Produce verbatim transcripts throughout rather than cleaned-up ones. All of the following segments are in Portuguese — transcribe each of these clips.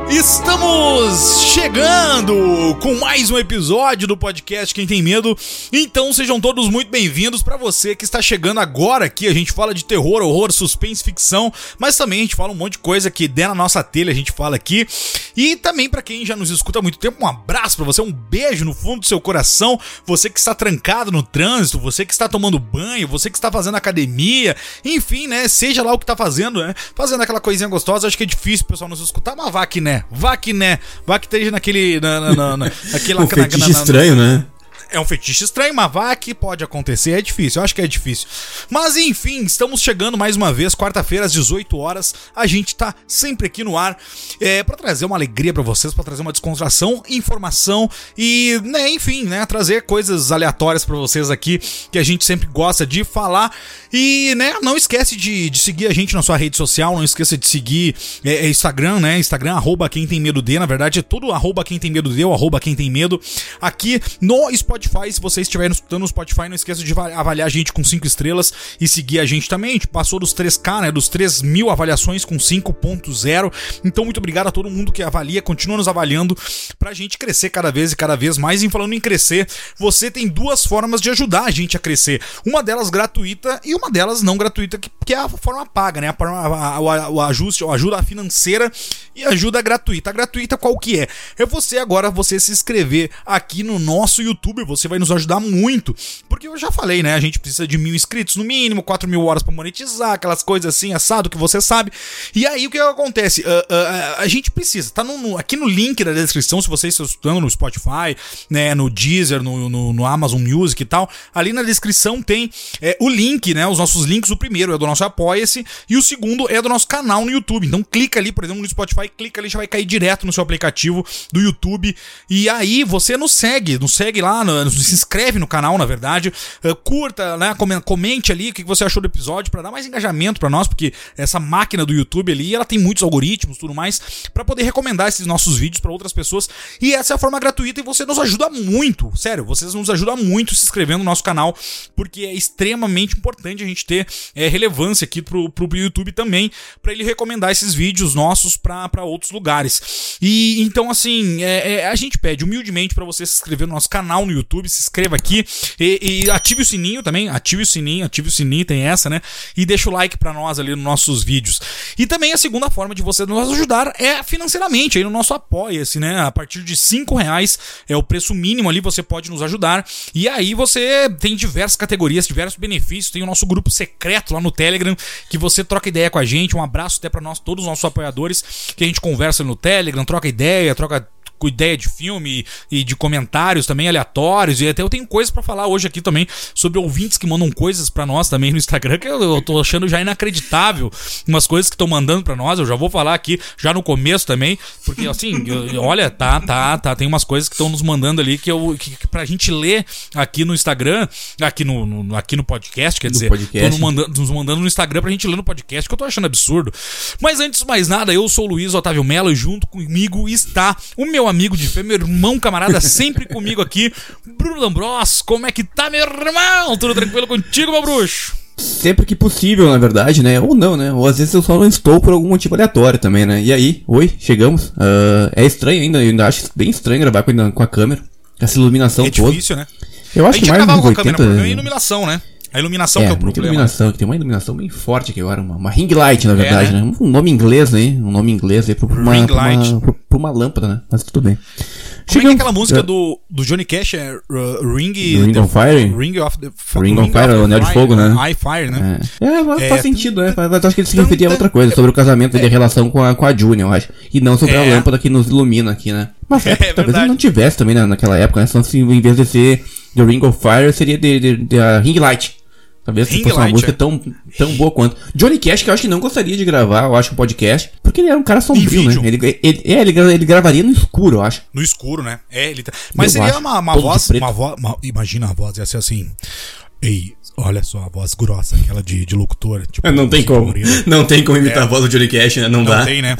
Estamos chegando com mais um episódio do podcast Quem Tem Medo. Então sejam todos muito bem-vindos. Para você que está chegando agora aqui, a gente fala de terror, horror, suspense, ficção, mas também a gente fala um monte de coisa que der na nossa telha, a gente fala aqui. E também para quem já nos escuta há muito tempo, um abraço para você, um beijo no fundo do seu coração. Você que está trancado no trânsito, você que está tomando banho, você que está fazendo academia, enfim, né, seja lá o que está fazendo, né, fazendo aquela coisinha gostosa. Acho que é difícil o pessoal nos escutar, mas vá que né. Vá que né, vá que esteja naquele na, na, na, na, naquela, um fetiche na, na, na, estranho, né? É um fetiche estranho, mas vá que pode acontecer, é difícil, eu acho que é difícil. Mas enfim, estamos chegando mais uma vez, quarta-feira às dezoito horas, a gente tá sempre aqui no ar, é, pra trazer uma alegria pra vocês, pra trazer uma descontração, informação e, né, enfim, né, trazer coisas aleatórias pra vocês aqui, que a gente sempre gosta de falar. E, né, não esquece de, de seguir a gente na sua rede social, não esqueça de seguir é, é Instagram, né, Instagram, arroba quem tem medo de, na verdade é tudo arroba quem tem medo de, ou arroba quem tem medo, aqui no Spotify. Spotify, se vocês estiverem escutando no Spotify, não esqueça de avaliar a gente com cinco estrelas e seguir a gente também. A gente passou dos três K, né, dos três mil avaliações com cinco ponto zero. Então, muito obrigado a todo mundo que avalia, continua nos avaliando pra gente crescer cada vez e cada vez mais. E falando em crescer, você tem duas formas de ajudar a gente a crescer. Uma delas gratuita e uma delas não gratuita, que, que é a forma paga, né? A, a, a, o ajuste, a ajuda financeira e a ajuda gratuita. A gratuita qual que é? É você agora, você se inscrever aqui no nosso YouTube. Você vai nos ajudar muito, porque eu já falei, né, a gente precisa de mil inscritos no mínimo, quatro mil horas pra monetizar, aquelas coisas assim, assado que você sabe. E aí o que acontece? Uh, uh, a gente precisa, tá no, no, aqui no link da descrição, se vocês estão escutando no Spotify, né, no Deezer, no, no, no Amazon Music e tal, ali na descrição tem é, o link, né, os nossos links. O primeiro é do nosso Apoia-se e o segundo é do nosso canal no YouTube. Então clica ali, por exemplo, no Spotify, clica ali, já vai cair direto no seu aplicativo do YouTube. E aí você nos segue, nos segue lá, no, se inscreve no canal, na verdade, uh, curta, né, comente ali o que você achou do episódio, pra dar mais engajamento pra nós, porque essa máquina do YouTube ali, ela tem muitos algoritmos e tudo mais, pra poder recomendar esses nossos vídeos pra outras pessoas. E essa é a forma gratuita e você nos ajuda muito, sério, vocês nos ajudam muito se inscrevendo no nosso canal, porque é extremamente importante a gente ter é, relevância aqui pro, pro YouTube também, pra ele recomendar esses vídeos nossos pra, pra outros lugares. E então, assim, é, é, a gente pede humildemente pra você se inscrever no nosso canal no YouTube. YouTube, se inscreva aqui e, e ative o sininho também, ative o sininho, ative o sininho, tem essa, né? E deixa o like pra nós ali nos nossos vídeos. E também a segunda forma de você nos ajudar é financeiramente, aí no nosso Apoia-se, né? A partir de cinco reais é o preço mínimo ali, você pode nos ajudar. E aí você tem diversas categorias, diversos benefícios, tem o nosso grupo secreto lá no Telegram, que você troca ideia com a gente. Um abraço até pra nós, todos os nossos apoiadores, que a gente conversa no Telegram, troca ideia, troca com ideia de filme e de comentários também aleatórios, e até eu tenho coisas pra falar hoje aqui também sobre ouvintes que mandam coisas pra nós também no Instagram, que eu, eu tô achando já inacreditável umas coisas que estão mandando pra nós. Eu já vou falar aqui já no começo também, porque assim, eu, olha, tá, tá, tá, tem umas coisas que estão nos mandando ali que, eu, que, que pra gente ler aqui no Instagram, aqui no, no, aqui no podcast, quer dizer, estão nos mandando, nos mandando no Instagram pra gente ler no podcast, que eu tô achando absurdo. Mas antes de mais nada, eu sou o Luiz Otávio Mello e junto comigo está o meu amigo de fé, meu irmão, camarada, sempre comigo aqui, Bruno D'Ambros. Como é que tá, meu irmão? Tudo tranquilo contigo, meu bruxo? Sempre que possível, na verdade, né? Ou não, né? Ou às vezes eu só não estou por algum motivo aleatório também, né? E aí, oi, chegamos. Uh, é estranho ainda, eu ainda acho bem estranho gravar com a, com a câmera, essa iluminação é toda. É difícil, né? Eu acho a gente que mais acabava com a oitenta... câmera, porque é iluminação, né? A iluminação é, que é o problema. Iluminação, que tem uma iluminação bem forte aqui agora, uma, uma ring light, na verdade, é, né? né? Um nome inglês aí, um nome inglês aí pra uma, ring pra light. uma, pra, pra uma lâmpada, né? Mas tudo bem. Como Chegamos. É que é aquela música do, do Johnny Cash é uh, Ring... Ring the, on Fire? Ring of the... Ring, Ring on Fire, o Anel de Fogo, né? Eye Fire, né? É, é faz é, sentido, né? Mas acho que ele se tam, referia a outra coisa, sobre o casamento é, e a relação com a, com a June, eu acho. E não sobre é. a lâmpada que nos ilumina aqui, né? Mas é, é, talvez verdade. Ele não tivesse também, né, naquela época, né? Senão, se, em vez de ser The Ring of Fire, seria de, de, de, de a Ring Light. Talvez se fosse uma música é. tão, tão boa quanto. Johnny Cash, que eu acho que não gostaria de gravar, eu acho, um podcast, porque ele era um cara sombrio, né? Ele, ele, ele, é, ele, ele gravaria no escuro, eu acho. No escuro, né? É, ele tá... Mas eu seria acho. uma, uma voz, uma voz uma, imagina a voz, ia ser assim... Ei, olha só, a voz grossa, aquela de, de locutora. Tipo, não tem como. Não tem como imitar é. a voz do Johnny Cash, né? Não, não dá. Não tem, né?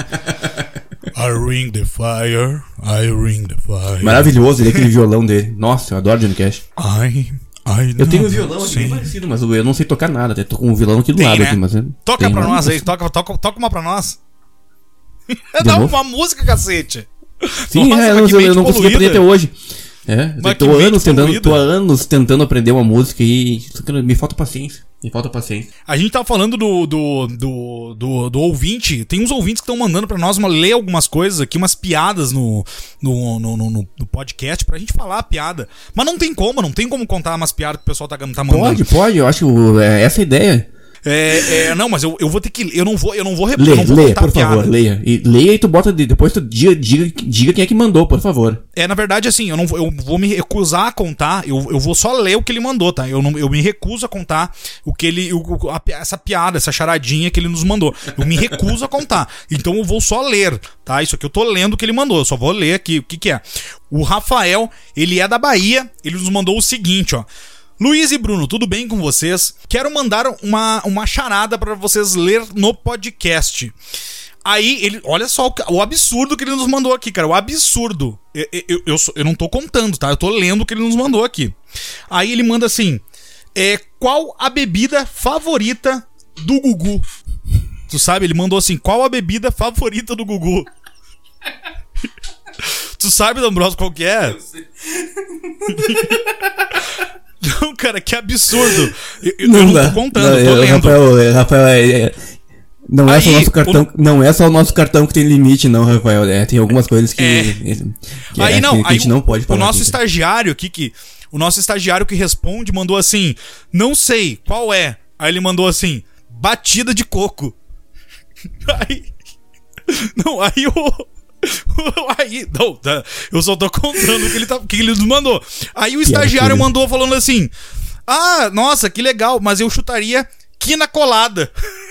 I ring the fire, I ring the fire. Maravilhoso, ele, aquele violão dele. Nossa, eu adoro Johnny Cash. I... Ai, eu tenho um violão aqui bem parecido, mas eu não sei tocar nada. Eu tô com um violão aqui do tem, lado. Né? Aqui, mas toca tem, pra né? nós aí, toca, toca, toca uma pra nós. Não, uma música, cacete. Sim, Nossa, é, eu, eu, eu não consegui aprender até hoje. É, eu tô anos, tentando, tô anos tentando aprender uma música e me falta paciência. Me falta paciência. A gente tava falando do, do, do, do, do ouvinte. Tem uns ouvintes que estão mandando pra nós uma, ler algumas coisas aqui, umas piadas no, no, no, no, no podcast pra gente falar a piada. Mas não tem como, não tem como contar umas piadas que o pessoal tá, tá mandando. Pode, pode, eu acho que é essa a ideia. É, é, não, mas eu, eu vou ter que. Eu não vou, eu não vou, Lê, eu não vou lê, contar por a piada. favor, leia. E, leia e tu bota. Depois tu diga, diga, diga quem é que mandou, por favor. É, na verdade, assim, eu, não, eu vou me recusar a contar. Eu, eu vou só ler o que ele mandou, tá? Eu, não, eu me recuso a contar o que ele. O, a, essa piada, essa charadinha que ele nos mandou. Eu me recuso a contar. Então eu vou só ler, tá? Isso aqui eu tô lendo o que ele mandou. Eu só vou ler aqui o que, que é. O Rafael, ele é da Bahia. Ele nos mandou o seguinte, ó. Luiz e Bruno, tudo bem com vocês? Quero mandar uma, uma charada pra vocês ler no podcast. Aí, ele, olha só o, o absurdo que ele nos mandou aqui, cara. O absurdo. Eu, eu, eu, eu não tô contando, tá? Eu tô lendo o que ele nos mandou aqui. Aí ele manda assim: é, qual a bebida favorita do Gugu? Tu sabe? Ele mandou assim: qual a bebida favorita do Gugu? Tu sabe, D'Ambrosio, qual que é? Eu sei. Não, cara, que absurdo. Eu, eu não, não tô contando, não, eu tô lendo. Rafael, Rafael é, é, não, é Aí, só nosso cartão, o... não é só o nosso cartão que tem limite, não, Rafael. É, tem algumas coisas que, é. que, Aí, é, não, que a gente aí não pode falar. O nosso aqui, estagiário aqui, que, o nosso estagiário que responde mandou assim: não sei, qual é? Aí ele mandou assim: batida de coco. Aí. Não, aí o. Aí, não, eu só tô contando o que ele, tá, que ele nos mandou. Aí o estagiário mandou falando assim: ah, nossa, que legal, mas eu chutaria quina colada.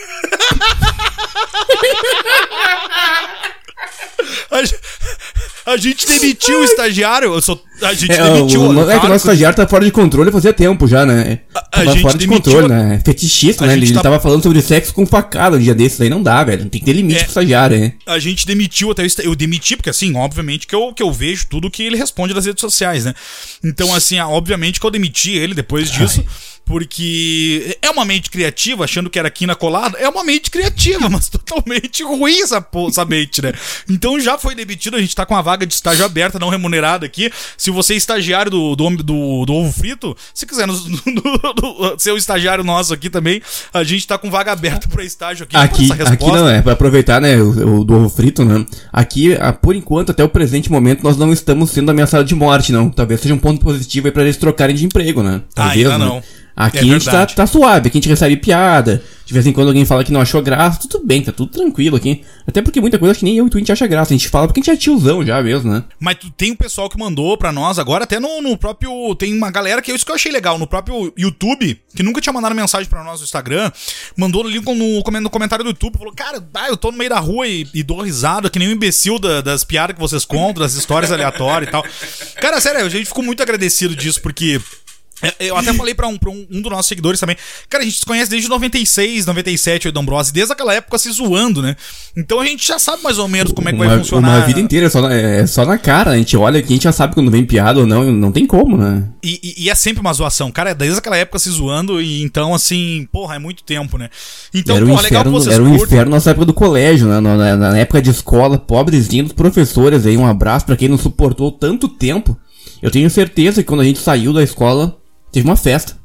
A, a gente demitiu o estagiário. Eu só, a gente é, demitiu o, o, É que o nosso estagiário tá fora de controle fazia tempo já, né? A, a gente fora de demitiu, controle, né? Fetichista, né? Ele, tá... ele tava falando sobre sexo com facada um dia desses. Aí não dá, velho. Tem que ter limite é, pro estagiário, né? A gente demitiu até o estagiário. Eu demiti, porque assim, obviamente que eu, que eu vejo tudo que ele responde nas redes sociais, né? Então, assim, obviamente que eu demiti ele depois disso. Ai. Porque é uma mente criativa, achando que era quina colada. É uma mente criativa, mas totalmente ruim essa, essa mente, né? Então já foi demitido, a gente tá com a vaga de estágio aberta, não remunerada aqui. Se você é estagiário do, do, do, do Ovo Frito, se quiser nos, no, no, ser o estagiário nosso aqui também, a gente tá com vaga aberta pra estágio aqui. Aqui, aqui não é, pra aproveitar, né, o, o do Ovo Frito, né? Aqui, por enquanto, até o presente momento, nós não estamos sendo ameaçados de morte, não. Talvez seja um ponto positivo aí pra eles trocarem de emprego, né? Talvez, ah, ainda né? não. Aqui é a gente tá, tá suave, aqui a gente recebe piada. De vez em quando alguém fala que não achou graça, tudo bem, tá tudo tranquilo aqui. Até porque muita coisa que nem eu e tu a gente acha graça. A gente fala porque a gente é tiozão já mesmo, né? Mas tu tem um pessoal que mandou pra nós agora, até no, no próprio... Tem uma galera que é isso que eu achei legal, no próprio YouTube, que nunca tinha mandado mensagem pra nós no Instagram, mandou ali no, no comentário do YouTube, falou: cara, ah, eu tô no meio da rua e, e dou risada, que nem um imbecil da, das piadas que vocês contam, das histórias aleatórias e tal. Cara, sério, a gente ficou muito agradecido disso, porque... Eu até falei pra um, pra um, um dos nossos seguidores também. Cara, a gente se conhece desde noventa e seis, noventa e sete, o D'Ambrosio, desde aquela época se zoando, né? Então a gente já sabe mais ou menos como é que uma, vai funcionar. Uma vida inteira, só na, é só na cara. A gente olha aqui, a gente já sabe quando vem piada ou não, não tem como, né? E, e, e é sempre uma zoação. Cara, desde aquela época se zoando, e então assim, porra, é muito tempo, né? Então, era um pô, inferno, legal que vocês Era um curtem. inferno na época do colégio, né? Na, na época de escola, pobrezinho dos professores aí. Um abraço pra quem não suportou tanto tempo. Eu tenho certeza que quando a gente saiu da escola, teve uma festa.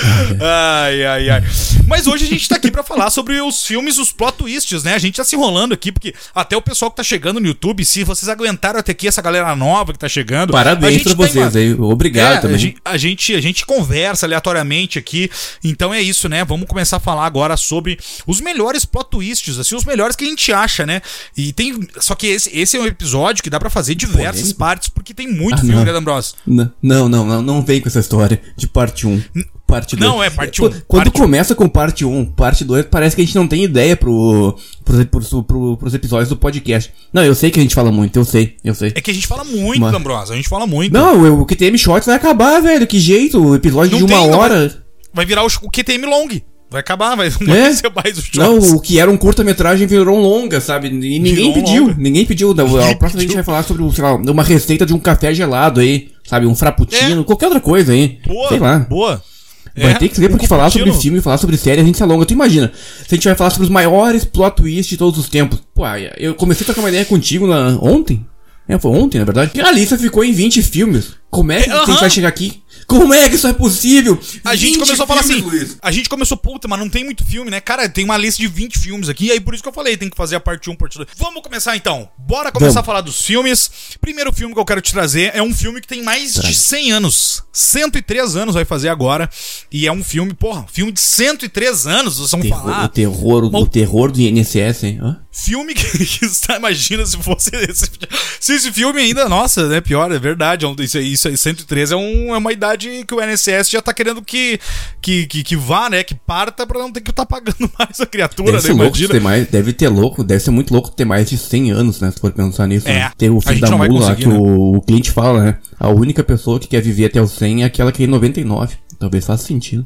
Ai, ai, ai. Mas hoje a gente tá aqui pra falar sobre os filmes, os plot twists, né? A gente tá se enrolando aqui, porque até o pessoal que tá chegando no YouTube, se vocês aguentaram até aqui, essa galera nova que tá chegando... Parabéns pra vocês aí, obrigado é, também. A gente, a, gente, a gente conversa aleatoriamente aqui, então é isso, né? Vamos começar a falar agora sobre os melhores plot twists, assim, os melhores que a gente acha, né? E tem... Só que esse, esse é um episódio que dá pra fazer diversas Polêmico. partes, porque tem muito ah, filme, né, D'Ambrosio? Não, não, não, não, não vem com essa história de parte um. Parte dois. Não, é parte um. Quando parte começa um. com parte um, parte dois, parece que a gente não tem ideia pro, pro, pro, pro, pros episódios do podcast. Não, eu sei que a gente fala muito, eu sei, eu sei. É que a gente fala muito, Mas... D'Ambrosio, a gente fala muito. Não, o Q T M Shorts vai acabar, velho, que jeito, o episódio não de uma tem, hora. Vai, vai virar o, o Q T M Long. Vai acabar, vai, não é? vai ser mais o Shorts. Não, o que era um curta-metragem virou um longa, sabe? E ninguém virou pediu, longa. ninguém pediu. A próxima a gente vai falar sobre, sei lá, uma receita de um café gelado aí, sabe? Um frappuccino, é. qualquer outra coisa aí. Boa, sei lá. Boa. Vai é, ter que ser, porque falar sobre filme, falar sobre série, a gente se alonga. Tu imagina, se a gente vai falar sobre os maiores plot twists de todos os tempos. Pô, Pô, eu comecei a trocar uma ideia contigo lá ontem. É, foi ontem, na verdade. A lista ficou em vinte filmes. Como é que é, a gente uh-huh. vai chegar aqui? Como é que isso é possível? A gente começou a falar assim, Luiz. A gente começou, puta, mas não tem muito filme, né? Cara, tem uma lista de vinte filmes aqui, e aí por isso que eu falei, tem que fazer a parte um, parte dois. Vamos começar então. Bora começar Vamos. a falar dos filmes. Primeiro filme que eu quero te trazer é um filme que tem mais Traz. de cem anos. cento e três anos vai fazer agora. E é um filme, porra, filme de cento e três anos, vocês vão terror, falar. O terror, Mal... o terror do I N S S, hein? Hã? Filme que, que você imagina se fosse esse, se esse filme ainda, nossa, né, pior, é verdade, isso, isso, cento e três é, um, é uma idade que o I N S S já tá querendo que, que, que, que vá, né, que parta pra não ter que estar tá pagando mais a criatura, deve né, louco ter mais, deve ter louco, deve ser muito louco ter mais de cem anos, né, se for pensar nisso, é, né? Ter o filho da mula lá, que né? o, o cliente fala, né, a única pessoa que quer viver até os cem é aquela que é em noventa e nove, talvez faça sentido.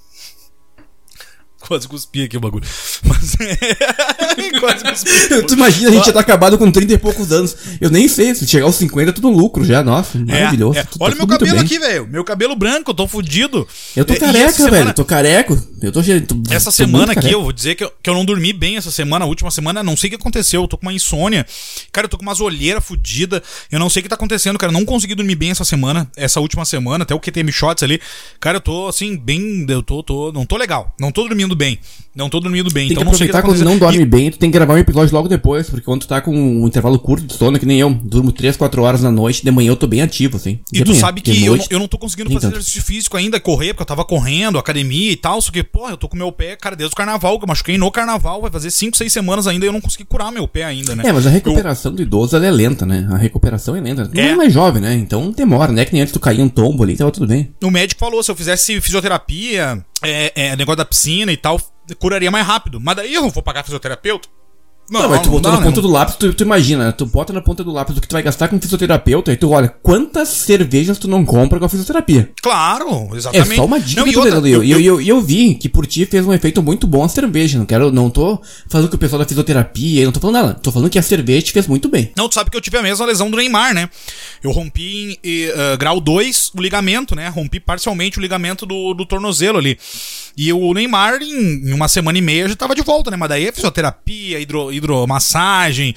Quase cuspi aqui o bagulho. Mas quase cuspi. Tu imagina, a gente já tá acabado com trinta e poucos anos. Eu nem sei, se chegar aos cinquenta é tudo lucro já. Nossa, maravilhoso. É, é. Olha tá meu cabelo aqui, velho. Meu cabelo branco, eu tô fudido. Eu tô careca, semana... velho. Eu tô careco. Eu tô, tô Essa tô semana aqui, careca. Eu vou dizer que eu, que eu não dormi bem essa semana. A última semana, não sei o que aconteceu. Eu tô com uma insônia. Cara, eu tô com umas olheiras fodidas. Eu não sei o que tá acontecendo, cara. Eu não consegui dormir bem essa semana. Essa última semana, até o Q T M Shots ali. Cara, eu tô assim, bem. Eu tô, tô. Não tô legal. Não tô dormindo bem. Não tô dormindo bem. Tem então que aproveitar não sei quando não dorme e... bem, tu tem que gravar um episódio logo depois, porque quando tu tá com um intervalo curto de sono, que nem eu, durmo três, quatro horas na noite, de manhã eu tô bem ativo, assim. E tu manhã, sabe que eu, eu não tô conseguindo fazer tanto. exercício físico ainda, correr, porque eu tava correndo, academia e tal, só que, porra, eu tô com meu pé, cara, desde o carnaval, que eu machuquei no carnaval, vai fazer cinco, seis semanas ainda e eu não consegui curar meu pé ainda, né? É, mas a recuperação eu... do idoso, ela é lenta, né? A recuperação é lenta. Não é, é mais jovem, né? Então demora, né? Que nem antes tu cair um tombo ali, tava tudo bem. O médico falou, se eu fizesse fisioterapia, é, é, negócio da piscina e tal, curaria mais rápido. Mas daí eu não vou pagar fisioterapeuta? Não, não, mas tu botou na ponta do lápis, tu, tu imagina, tu bota na ponta do lápis o que tu vai gastar com fisioterapeuta e tu olha quantas cervejas tu não compra com a fisioterapia. Claro, exatamente. É só uma dica. Não, e outra, eu, eu, eu, eu, eu vi que por ti fez um efeito muito bom a cerveja. Não quero, não tô falando que o pessoal da fisioterapia, não tô falando nada. Tô falando que a cerveja te fez muito bem. Não, tu sabe que eu tive a mesma lesão do Neymar, né? Eu rompi em uh, grau dois o ligamento, né? Rompi parcialmente o ligamento do, do tornozelo ali. E o Neymar, em, em uma semana e meia, já tava de volta, né? Mas daí é fisioterapia, hidro, hidromassagem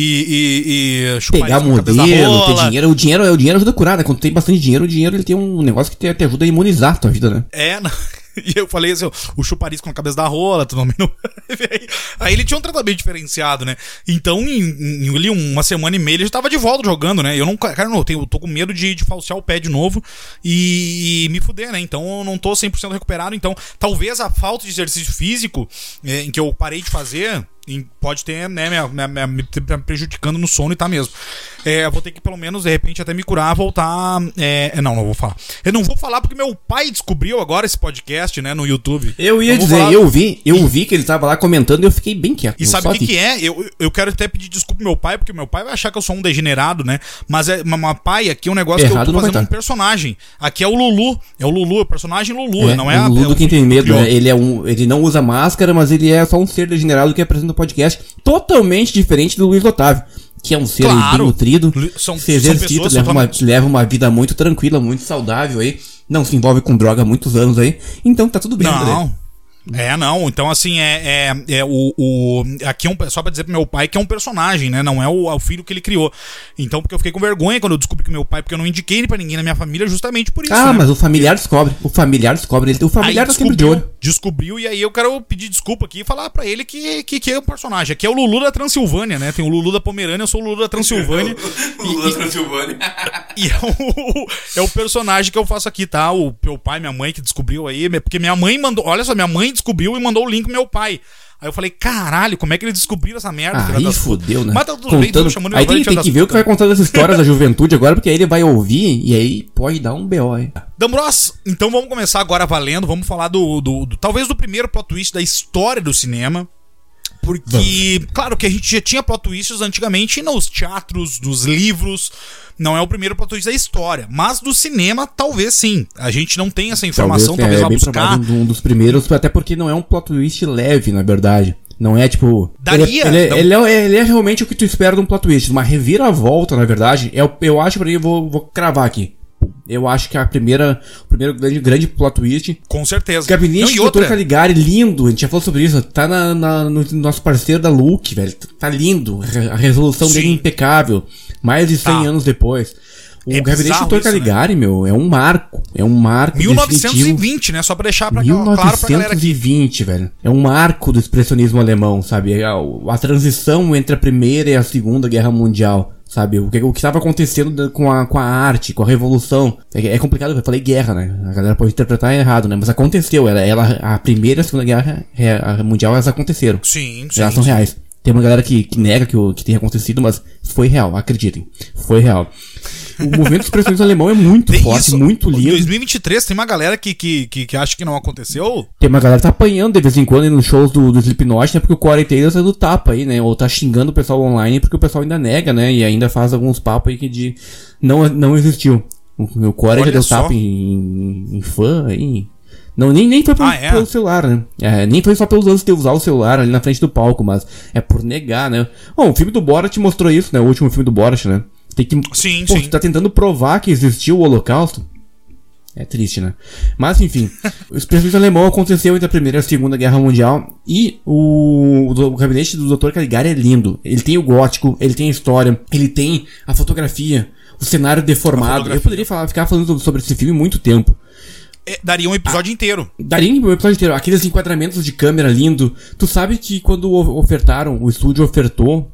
e, e, e pegar modelo, ter dinheiro. O dinheiro, o dinheiro ajuda a curar, né? Quando tem bastante dinheiro, o dinheiro ele tem um negócio que te, te ajuda a imunizar a tua vida, né? É, não. E eu falei assim, o chuparisco na cabeça da rola, tu não... Aí ele tinha um tratamento diferenciado, né? Então, em, em, em uma semana e meia, ele já tava de volta jogando, né? Eu não, cara, não, eu, tenho, eu tô com medo de, de falsear o pé de novo e, e me fuder, né? Então, eu não tô cem por cento recuperado. Então, talvez a falta de exercício físico, é, em que eu parei de fazer... pode ter, né, me, me, me prejudicando no sono e tá mesmo. É, eu vou ter que, pelo menos, de repente, até me curar, voltar... É, não, não vou falar. Eu não vou falar porque meu pai descobriu agora esse podcast, né, no YouTube. Eu ia dizer, falar... eu vi, eu vi que ele tava lá comentando e eu fiquei bem quieto. E sabe o que que é? Eu, eu quero até pedir desculpa pro meu pai, porque meu pai vai achar que eu sou um degenerado, né? Mas é uma pai, aqui é um negócio Errado que eu tô fazendo um personagem. Aqui é o Lulu. É o Lulu, é o personagem Lulu, é, não é o a... Lulu é do Quem Tem Medo, né? Ele, é um, ele não usa máscara, mas ele é só um ser degenerado que apresenta o podcast totalmente diferente do Luiz Otávio, que é um ser claro. bem nutrido, são, se exercita, leva uma, leva uma vida muito tranquila, muito saudável aí, não se envolve com droga há muitos anos aí, então tá tudo bem, não. André. É, não, então assim, é, é, é o, o... Aqui é um, só pra dizer pro meu pai que é um personagem, né, não é o, é o filho que ele criou. Então, porque eu fiquei com vergonha quando eu descobri que meu pai, porque eu não indiquei ele pra ninguém na minha família justamente por isso, Ah, né? mas o familiar descobre, o familiar descobre, ele, o familiar aí tá sempre de olho. Descobriu, e aí eu quero pedir desculpa aqui e falar pra ele que, que, que é um personagem. Aqui é o Lulu da Transilvânia, né, tem o Lulu da Pomerânia, eu sou o Lulu da Transilvânia. O Lulu da Transilvânia. E é o, é o personagem que eu faço aqui, tá? O meu pai, minha mãe que descobriu aí, porque minha mãe mandou, olha só, minha mãe descobriu e mandou o link pro meu pai. Aí eu falei, caralho, como é que eles descobriram essa merda? Aí fodeu, né? Mas tá tudo Contando... bem, chamando aí tem, tem que ver o que vai contar das histórias da juventude agora, porque aí ele vai ouvir e aí pode dar um B O aí. Dambros, então vamos começar agora valendo, vamos falar do, do, do talvez do primeiro plot twist da história do cinema. Porque, vamos. Claro que a gente já tinha plot twists antigamente nos teatros, nos livros. Não é o primeiro plot twist da história, mas do cinema talvez sim. A gente não tem essa informação, talvez, talvez é, lá é buscar. Um dos primeiros, até porque não é um plot twist leve, na verdade. Não é tipo... Daria... Ele, ele, ele, é, ele é realmente o que tu espera de um plot twist. Uma reviravolta, na verdade. Eu, eu acho, pra mim, eu vou, vou cravar aqui. Eu acho que a primeira, o primeiro grande, grande plot twist. Com certeza. Gabinete do doutor Caligari, lindo. A gente já falou sobre isso. Tá na, na, no nosso parceiro da Look, velho. Tá lindo. A resolução Sim. dele é impecável. Mais de cem tá. anos depois. O é Gabinete do doutor Caligari, né? meu, é um marco. É um marco mil novecentos e vinte, definitivo. Né? Só pra deixar pra mil novecentos e vinte, claro pra galera aqui. mil novecentos e vinte, velho. É um marco do expressionismo alemão, sabe? A, a transição entre a Primeira e a Segunda Guerra Mundial. Sabe, o que o estava acontecendo com a, com a arte, com a revolução. É, é complicado, eu falei guerra, né? A galera pode interpretar errado, né? Mas aconteceu. Ela, ela, a primeira e a segunda guerra a mundial, elas aconteceram. Sim, sim. Elas são sim. reais. Tem uma galera que, que nega que, que tenha acontecido, mas foi real, acreditem. Foi real. O movimento de expressões alemão é muito tem forte, isso. muito lindo. Em dois mil e vinte e três tem uma galera que, que, que, que acha que não aconteceu. Tem uma galera que tá apanhando de vez em quando nos shows do, do Slipknot, né? Porque o Corey Taylor é do tapa aí, né? Ou tá xingando o pessoal online porque o pessoal ainda nega, né? E ainda faz alguns papos aí que de não, não existiu. O, o Corey já deu só. tapa em, em fã aí. Não, nem, nem foi pelo, ah, é? pelo celular, né? É, nem foi só pelos anos de usar o celular ali na frente do palco, mas é por negar, né? Bom, o filme do Borat mostrou isso, né? O último filme do Borat, né? Tem que, sim, pô, sim. Tu tá tentando provar que existiu o Holocausto? É triste, né? Mas, enfim, o expressionismo alemão aconteceu entre a Primeira e a Segunda Guerra Mundial e o, o, o gabinete do doutor Caligari é lindo. Ele tem o gótico, ele tem a história, ele tem a fotografia, o cenário deformado. Eu poderia falar, ficar falando sobre esse filme muito tempo. É, daria um episódio ah, inteiro. Daria um episódio inteiro. Aqueles enquadramentos de câmera lindo. Tu sabe que quando ofertaram, o estúdio ofertou,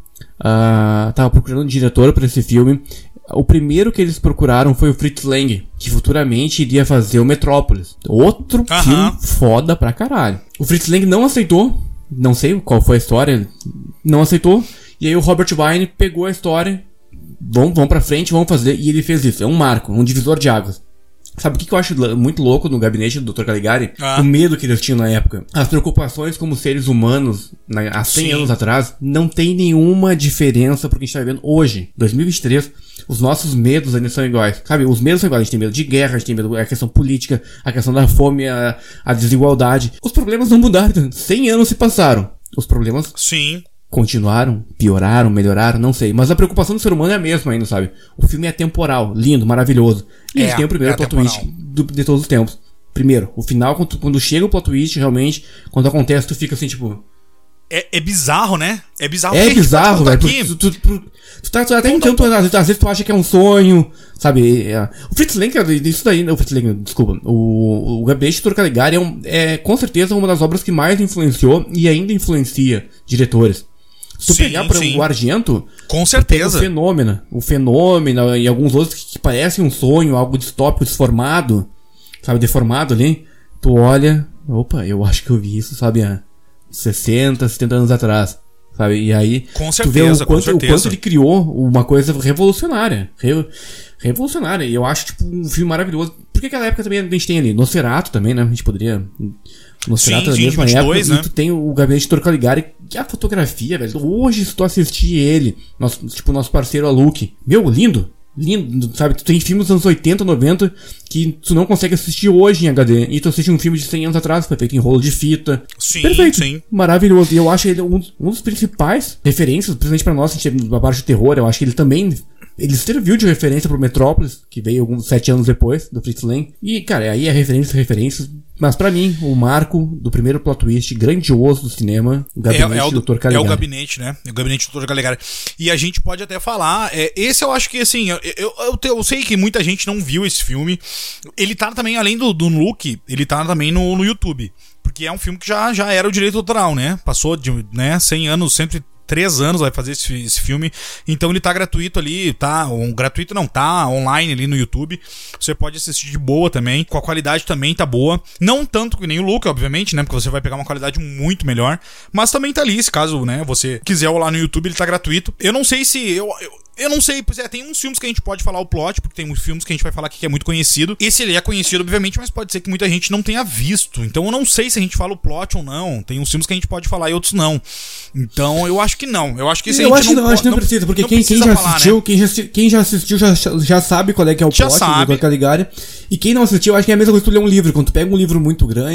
uh, tava procurando um diretor pra esse filme. O primeiro que eles procuraram foi o Fritz Lang, que futuramente iria fazer o Metrópolis. Outro uh-huh. filme foda pra caralho. O Fritz Lang não aceitou. Não sei qual foi a história. Não aceitou. E aí o Robert Wine pegou a história. Vamos, vamos pra frente, vamos fazer. E ele fez isso. É um marco, um divisor de águas. Sabe o que eu acho muito louco no gabinete do doutor Caligari? Ah. O medo que eles tinham na época. As preocupações como seres humanos, na, há cem Sim. anos atrás, não tem nenhuma diferença pro que a gente tá vivendo hoje. dois mil e vinte e três, os nossos medos ainda são iguais. Sabe, os medos são iguais. A gente tem medo de guerra, a gente tem medo da questão política, a questão da fome, a, a desigualdade. Os problemas não mudaram. cem anos se passaram. Os problemas... Sim. Continuaram, pioraram, melhoraram, não sei. Mas a preocupação do ser humano é a mesma ainda, sabe? O filme é temporal, lindo, maravilhoso. E é, a gente tem o primeiro é plot twist do, de todos os tempos. Primeiro, o final, quando, quando chega o plot twist, realmente, quando acontece, tu fica assim, tipo... É, é bizarro, né? É bizarro. É bizarro, velho. Tu, tu, tu, tu tá tu até então, tu, às vezes tu acha que é um sonho, sabe? É, o Fritz Lang, isso daí, o Fritz Lang, desculpa. O, o Gabinete do doutor Caligari é, um, é com certeza uma das obras que mais influenciou e ainda influencia diretores. Se tu sim, pegar pra sim. o Argento, com certeza. O Fenômeno, o Fenômeno e alguns outros que, que parecem um sonho, algo distópico, desformado, sabe, deformado ali, tu olha, opa, eu acho que eu vi isso, sabe, há sessenta, setenta anos atrás, sabe, e aí com certeza, tu vê o quanto, com certeza. o quanto ele criou uma coisa revolucionária, re, revolucionária, e eu acho, tipo, um filme maravilhoso, porque aquela época também a gente tem ali, Nosferatu também, né, a gente poderia... Nosferatu na mesma época, dois, né? E tu tem o Gabinete do doutor Caligari, que a fotografia, velho, hoje se tu assistir ele, nosso, tipo, nosso parceiro a Luke, meu, lindo, lindo, sabe, tu tem filmes dos anos oitenta, noventa, que tu não consegue assistir hoje em H D, e tu assiste um filme de cem anos atrás, foi feito em rolo de fita, sim, perfeito, sim. maravilhoso, e eu acho ele um, um dos principais referências, principalmente pra nós, a gente, na parte de terror, eu acho que ele também... Ele serviu de referência pro Metrópolis, que veio alguns sete anos depois, do Fritz Lang. E, cara, aí é referência, referências. Mas pra mim, o marco do primeiro plot twist grandioso do cinema, o Gabinete é, é o, do doutor Caligari. É o Gabinete, né? O Gabinete do doutor Caligari. E a gente pode até falar, é, esse eu acho que, assim, eu, eu, eu, eu sei que muita gente não viu esse filme. Ele tá também, além do, do look, ele tá também no, no YouTube. Porque é um filme que já, já era o direito autoral, né? Passou de, né, cem anos, cento e três anos vai fazer esse, esse filme, então ele tá gratuito ali, tá, um, gratuito não, tá online ali no YouTube, você pode assistir de boa também, com a qualidade também tá boa, não tanto que nem o Luke, obviamente, né, porque você vai pegar uma qualidade muito melhor, mas também tá ali, se caso, né, você quiser olhar no YouTube, ele tá gratuito. Eu não sei se, eu, eu Eu não sei, pois é, tem uns filmes que a gente pode falar o plot, porque tem uns filmes que a gente vai falar aqui que é muito conhecido. Esse ele é conhecido, obviamente, mas pode ser que muita gente não tenha visto. Então eu não sei se a gente fala o plot ou não. Tem uns filmes que a gente pode falar e outros não. Então eu acho que não. Eu acho que esse eu a acho gente não, não, acho que não, não precisa, porque não quem, precisa quem já falar, assistiu, né? quem, já, quem já assistiu já, já sabe qual é que é o já plot sabe. do Caligari. E quem não assistiu, acho que é a mesma coisa que tu ler um livro. Quando tu pega um livro muito grande,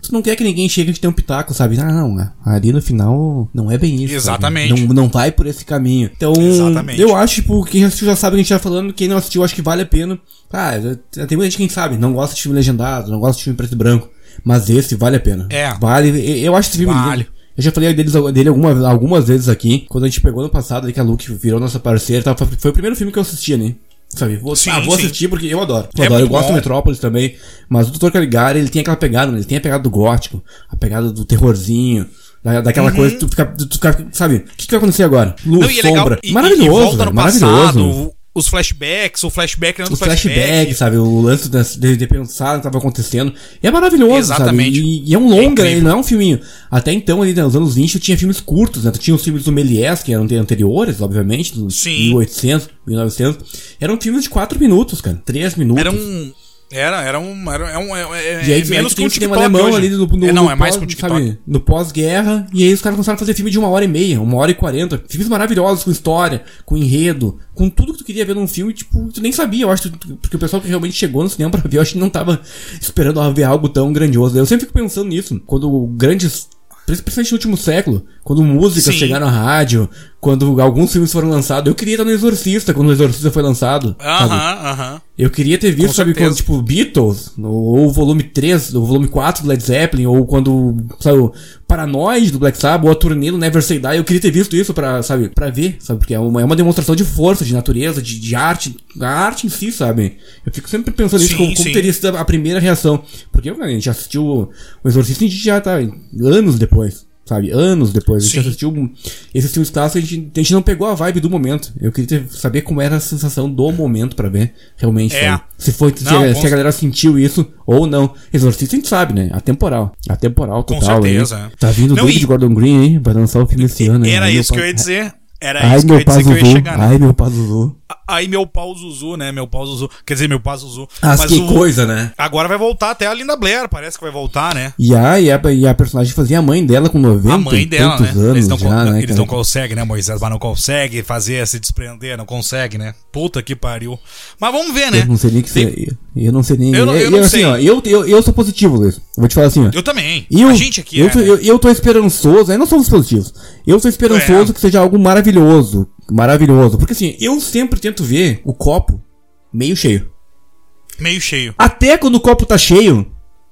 tu não quer que ninguém chegue e te dê um pitaco, sabe? Ah, não, ali no final não é bem isso. Exatamente. Não, não vai por esse caminho. Então, Exatamente. eu acho, tipo, quem assistiu já sabe o que a gente tá falando, quem não assistiu, acho que vale a pena. Ah, tem muita gente que sabe, não gosta de filme legendado, não gosta de filme preto e branco, mas esse vale a pena. É. Vale, eu acho esse filme vale. lindo. Eu já falei deles, dele algumas, algumas vezes aqui, quando a gente pegou no passado, que a Luke virou nossa parceira, tá? Foi o primeiro filme que eu assisti, né? Sabe? Vou, sim, ah, vou sim. assistir porque eu adoro. Eu, é adoro. eu gosto do Metrópolis também, mas o doutor Caligari, ele tem aquela pegada, né? Ele tem a pegada do gótico, a pegada do terrorzinho, da, daquela uhum. coisa que tu fica, tu fica, sabe? O que, que vai acontecer agora? Luz, Não, sombra. E, maravilhoso, e volta no maravilhoso. Passado, os flashbacks, o flashback não do flashback. flashback, sabe? O lance de, de pensar o que tava acontecendo. E é maravilhoso, Exatamente. sabe? E, e é um longa, é né? Não é um filminho. Até então, ali nos anos vinte, tinha filmes curtos, né? Tu tinha os filmes do Méliès, que eram anteriores, obviamente, dos mil e oitocentos, mil e novecentos. Eram filmes de quatro minutos, cara. três minutos. Era um... Era, era um... Era, é um é, e aí, é menos que um TikTok alemão hoje. Ali no, no, é, não, no é mais pós, com TikTok. Sabe, no pós-guerra. E aí os caras começaram a fazer filme de uma hora e meia, uma hora e quarenta. Filmes maravilhosos, com história, com enredo, com tudo que tu queria ver num filme, tipo, tu nem sabia, eu acho, porque o pessoal que realmente chegou no cinema pra ver, eu acho que não tava esperando ver algo tão grandioso. Eu sempre fico pensando nisso, quando grandes... Principalmente no último século, quando músicas Sim. chegaram à rádio, quando alguns filmes foram lançados. Eu queria estar no Exorcista, quando o Exorcista foi lançado. Aham, uh aham. -huh, uh -huh. Eu queria ter visto, Com sabe, certeza. quando, tipo, Beatles, ou o volume três, o volume quatro do Led Zeppelin, ou quando, sabe, o Paranoid do Black Sabbath, ou a turnê do Never Say Die. Eu queria ter visto isso pra, sabe, pra ver, sabe, porque é uma, é uma demonstração de força, de natureza, de, de arte, a arte em si, sabe. Eu fico sempre pensando nisso, como, como teria sido a primeira reação. Porque a gente assistiu o, o Exorcista e a gente já tá anos depois. Sabe, anos depois, a gente Sim. assistiu esses filmes clássicos, a gente, a gente não pegou a vibe do momento. Eu queria ter, saber como era a sensação do momento pra ver, realmente. É. Se, foi, não, se, a, se a galera sentiu isso ou não. Exorcista a gente sabe, né? Atemporal. Atemporal total. Com certeza. Aí. Tá vindo o David e... Gordon Green aí, vai lançar o filme esse ano. Era aí, isso que eu ia dizer. Era Ai, isso que eu ia dizer Zuzu. que eu ia chegar. Né? Ai, meu pau Zuzu. Aí meu pau Zuzu, né? Meu pau Zuzu. Quer dizer, meu pau Zuzu. Ah, Mas que o... coisa, né? Agora vai voltar até a Linda Blair, parece que vai voltar, né? E a, e a, e a personagem fazia a mãe dela com noventa a mãe dela, né? anos eles não, já, né? Eles não conseguem, né, Moisés? Mas não consegue fazer, se desprender, não consegue, né? Puta que pariu. Mas vamos ver, né? Eu não sei nem que Tem... você... Eu não sei nem... Eu não, eu não eu, sei. Assim, ó, eu, eu, eu sou positivo, Luiz. Eu vou te falar assim, ó. Eu também. Eu, a gente aqui eu, é, tô, né? eu, eu tô esperançoso, aí não somos positivos. Eu tô esperançoso é. que seja algo maravilhoso. Maravilhoso. Porque assim, eu sempre tento ver o copo meio cheio. Meio cheio. Até quando o copo tá cheio,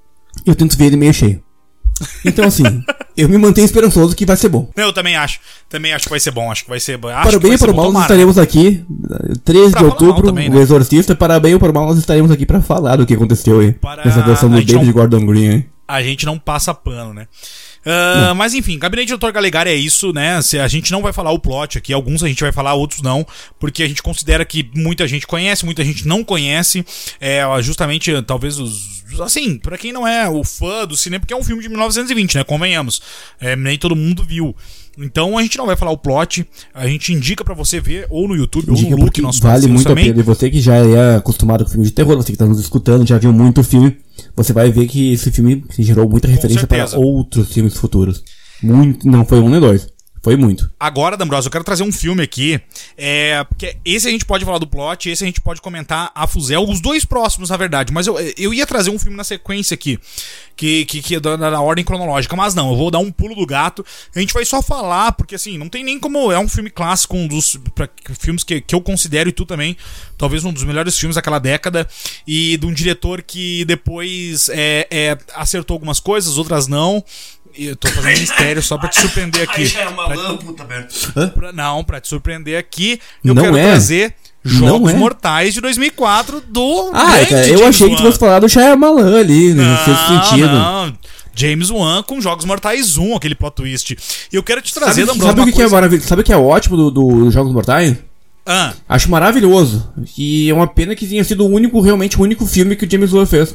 eu tento ver ele meio cheio. Então assim, eu me mantenho esperançoso que vai ser bom. Eu também acho. Também acho que vai ser bom. Acho que vai ser bom. Para o bem e para o mal, nós estaremos aqui três de outubro, também, né? O Exorcista. Para bem ou para o mal, nós estaremos aqui para falar do que aconteceu aí. Para... Essa versão do David não... Gordon Green aí. A gente não passa pano, né? Uh, mas enfim, Gabinete do doutor Caligari é isso, né? Se a gente não vai falar o plot aqui, alguns a gente vai falar, outros não, porque a gente considera que muita gente conhece, muita gente não conhece. É justamente, talvez os... Assim, pra quem não é o fã do cinema, porque é um filme de mil novecentos e vinte, né? Convenhamos. É, nem todo mundo viu. Então a gente não vai falar o plot, a gente indica pra você ver ou no YouTube indica ou no Look, nosso vale muito também. a pena. E você que já é acostumado com filme de terror, você que tá nos escutando, já viu muito filme, você vai ver que esse filme gerou muita referência para outros filmes futuros. Muito, não foi um nem dois. Foi muito. Agora, D'Ambrosio, eu quero trazer um filme aqui. É, porque esse a gente pode falar do plot, esse a gente pode comentar a fuzel. Os dois próximos, na verdade. Mas eu, eu ia trazer um filme na sequência aqui, que, que, que é da, da ordem cronológica. Mas não, eu vou dar um pulo do gato. A gente vai só falar, porque assim, não tem nem como. É um filme clássico, um dos pra, filmes que, que eu considero, e tu também, talvez um dos melhores filmes daquela década. E de um diretor que depois é, é, acertou algumas coisas, outras não. Eu tô fazendo mistério só pra te surpreender aqui. Aí já é uma pra... lâmpada, Berto. Pra... Não, pra te surpreender aqui, eu não quero é. trazer Jogos é. Mortais de dois mil e quatro do Ah, cara, eu James achei Wan. que tu fosse falar do Shyamalan ali, não fez sentido. Não, James Wan com Jogos Mortais um, aquele plot twist. E eu quero te trazer, Sabe, sabe o que, que é maravilhoso? Sabe o que é ótimo do, do Jogos Mortais? Ah. Acho maravilhoso. E é uma pena que tenha sido o único, realmente o único filme que o James Wan fez.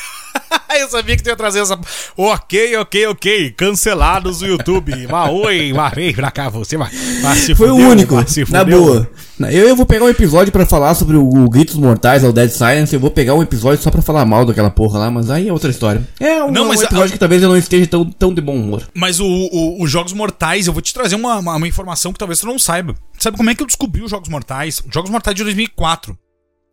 Eu sabia que tu ia trazer essa... Ok, ok, ok. Cancelados no YouTube. Mas oi, mas vem pra cá você. Mas, mas se Foi fudeu, o único, se na boa. Eu, eu vou pegar um episódio pra falar sobre o, o Gritos Mortais, o Dead Silence. Eu vou pegar um episódio só pra falar mal daquela porra lá, mas aí é outra história. É um, não, mas um episódio a... que talvez eu não esteja tão, tão de bom humor. Mas o, o, os Jogos Mortais, eu vou te trazer uma, uma, uma informação que talvez tu não saiba. Sabe como é que eu descobri os Jogos Mortais? Os Jogos Mortais de dois mil e quatro.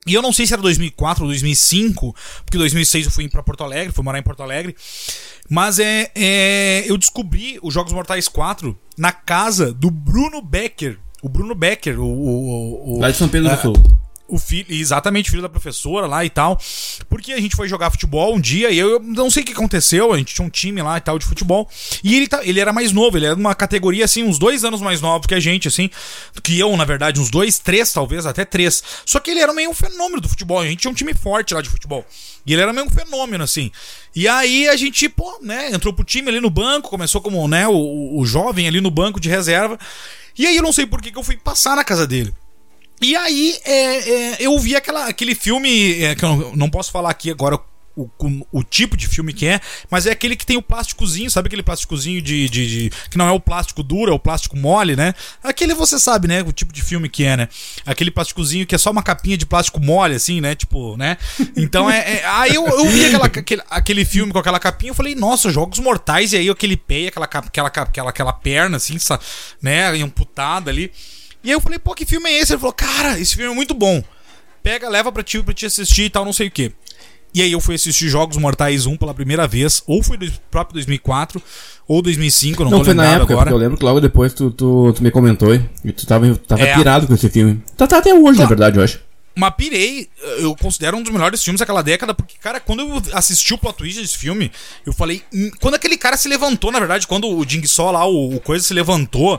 E eu não sei se era dois mil e quatro ou dois mil e cinco, porque em dois mil e seis eu fui pra Porto Alegre, fui morar em Porto Alegre. Mas é, é eu descobri os Jogos Mortais quatro na casa do Bruno Becker. O Bruno Becker, o... o, o lá de São Pedro uh, do Sul. O filho, exatamente, filho da professora lá e tal. Porque a gente foi jogar futebol um dia e eu, eu não sei o que aconteceu. A gente tinha um time lá e tal de futebol. E ele, tá, ele era mais novo, ele era de uma categoria assim, uns dois anos mais novo que a gente, assim. Que eu, na verdade, uns dois, três, talvez, até três. Só que ele era meio um fenômeno do futebol. A gente tinha um time forte lá de futebol. E ele era meio um fenômeno, assim. E aí a gente, pô, né, entrou pro time ali no banco, começou como, né, o, o jovem ali no banco de reserva. E aí eu não sei por que, que eu fui passar na casa dele. E aí é, é, eu vi aquela, aquele filme, é, que eu não, não posso falar aqui agora o, o, o tipo de filme que é, mas é aquele que tem o plásticozinho, sabe aquele plásticozinho de, de, de que não é o plástico duro, é o plástico mole, né? Aquele você sabe, né, o tipo de filme que é, né? Aquele plásticozinho que é só uma capinha de plástico mole, assim, né? Tipo, né? Então é... é aí eu, eu vi aquela, aquele, aquele filme com aquela capinha, eu falei, nossa, Jogos Mortais, e aí aquele pé, aquela, aquela, aquela, aquela perna, assim, né, amputada ali. E aí eu falei, pô, que filme é esse? Ele falou, cara, esse filme é muito bom. Pega, leva pra ti, pra te assistir e tal, não sei o quê. E aí eu fui assistir Jogos Mortais um pela primeira vez. Ou foi do próprio dois mil e quatro, ou dois mil e cinco, eu não, não tô lembrado agora. Não, foi na época, eu lembro que logo depois tu, tu, tu me comentou. E tu tava, tava é. pirado com esse filme. Tá, tá até hoje, claro. Na verdade, eu acho. Mas pirei, eu considero um dos melhores filmes daquela década, porque, cara, quando eu assisti o plot twist desse filme, eu falei... Quando aquele cara se levantou, na verdade, quando o Jigsaw lá, o, o coisa se levantou...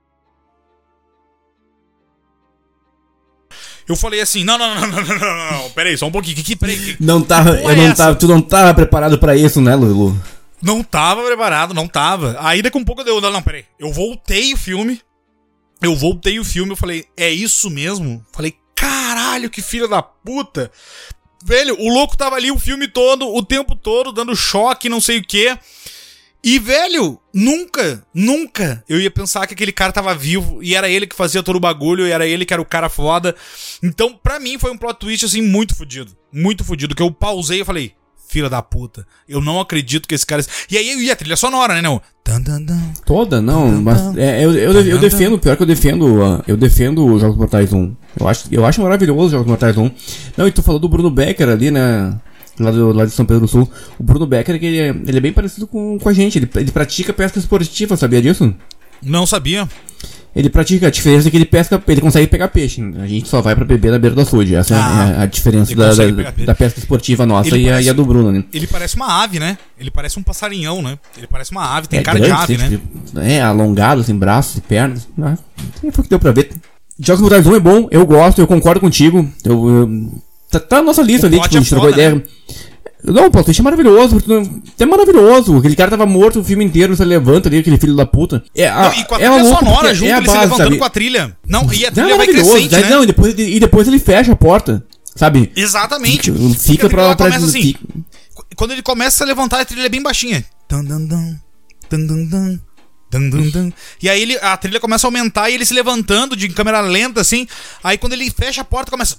Eu falei assim, não, não, não, não, não, não, não, peraí, só um pouquinho, que, que, peraí, que, não tava, eu não tava, tu não tava preparado pra isso, né, Lulu? Não tava preparado, não tava. Aí daqui a um pouco eu, não, não, peraí, eu voltei o filme, eu voltei o filme, eu falei, é isso mesmo? Falei, caralho, que filho da puta. Velho, o louco tava ali o filme todo, o tempo todo, dando choque, não sei o quê. E, velho, nunca, nunca eu ia pensar que aquele cara tava vivo e era ele que fazia todo o bagulho e era ele que era o cara foda. Então, pra mim, foi um plot twist, assim, muito fodido. Muito fodido, que eu pausei e falei, filha da puta, eu não acredito que esse cara... E aí, e a trilha sonora, né, não? Toda, não, mas é, eu, eu, eu defendo, pior que eu defendo, uh, eu defendo os Jogos Mortais um. Eu acho, eu acho maravilhoso os Jogos Mortais um. Não, e tu falou do Bruno Becker ali, né... Lá, do, lá de São Pedro do Sul. O Bruno Becker, que ele, é, ele é bem parecido com, com a gente. Ele, ele pratica pesca esportiva, sabia disso? Não sabia. Ele pratica, a diferença é que ele pesca, ele consegue pegar peixe. A gente só vai pra beber na beira do açude. Essa ah, é a, a diferença da, da, da pesca esportiva nossa e, parece, a, e a do Bruno, né? Ele parece uma ave, né? Ele parece um passarinhão, né? Ele parece uma ave, tem é cara grande, de ave, né? Tipo, é, alongado, assim, braços e pernas. Ah, foi o que deu pra ver. Jogos Mortais um é bom, eu gosto, eu concordo contigo. Eu... eu Tá, tá na nossa lista o ali, tipo, a gente trocou ideia. Né? Não, o plot é maravilhoso. É maravilhoso. Aquele cara tava morto o filme inteiro, você levanta ali, aquele filho da puta. É a, não, e com a trilha é sonora junto, é ele base, se levantando sabe? Com a trilha. Não, e a trilha não, vai crescente, né? Não, e depois, e depois ele fecha a porta, sabe? Exatamente. Fica, fica pra... pra assim, fica. Quando ele começa a levantar, a trilha é bem baixinha. Dun, dun, dun, dun, dun, dun. Dun, dun, dun. E aí ele, a trilha começa a aumentar e ele se levantando de câmera lenta, assim. Aí quando ele fecha a porta, começa...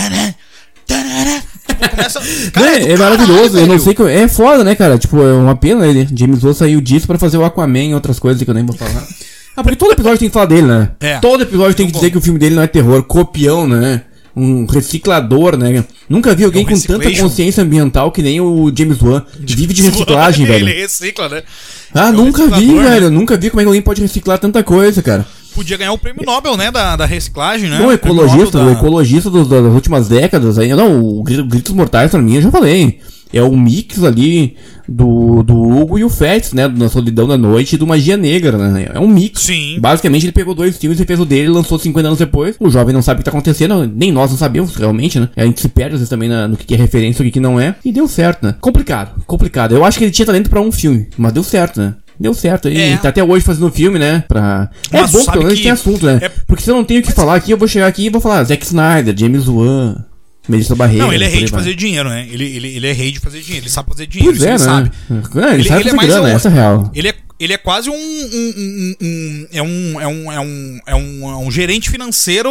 Tipo, começa... Cara, é, é, é maravilhoso, eu não sei que... É foda, né, cara? Tipo, é uma pena ele. James Wan saiu disso pra fazer o Aquaman e outras coisas que eu nem vou falar. Ah, porque todo episódio tem que falar dele, né? É. Todo episódio tem que dizer que o filme dele não é terror. Copião, né? Um reciclador, né? Nunca vi alguém é um com tanta consciência ambiental que nem o James Wan. Vive de reciclagem, velho. Ele recicla, né? Ah, é nunca vi, né? velho. Nunca vi como é que alguém pode reciclar tanta coisa, cara. Podia ganhar o prêmio Nobel, né, da, da reciclagem, né? Não, o ecologista, da... o ecologista dos, das últimas décadas aí. Não, o Gritos Mortais pra mim, eu já falei. É o mix ali do, do Hugo e o Fats, né? Na Solidão da Noite e do Magia Negra, né? É um mix. Sim. Basicamente ele pegou dois filmes e fez o dele e lançou cinquenta anos depois. O jovem não sabe o que tá acontecendo, nem nós não sabemos realmente, né? A gente se perde às vezes também na, no que é referência e o que não é. E deu certo, né? Complicado, complicado. Eu acho que ele tinha talento pra um filme, mas deu certo, né? Deu certo aí, é. Tá até hoje fazendo filme, né? Pra... É bom, pelo menos tem assunto, né? É... Porque se eu não tenho o que mas... falar aqui, eu vou chegar aqui e vou falar Zack Snyder, James Wan, Melissa Barreira. Não, ele é rei de fazer dinheiro, né? Ele, ele, ele é rei de fazer dinheiro, ele sabe fazer dinheiro, pois é, ele né? sabe. Não, ele, ele sabe ele fazer é grana, um... essa é real. Ele é, ele é quase um, um, um, um, é um, é um, é um, é um, é um gerente financeiro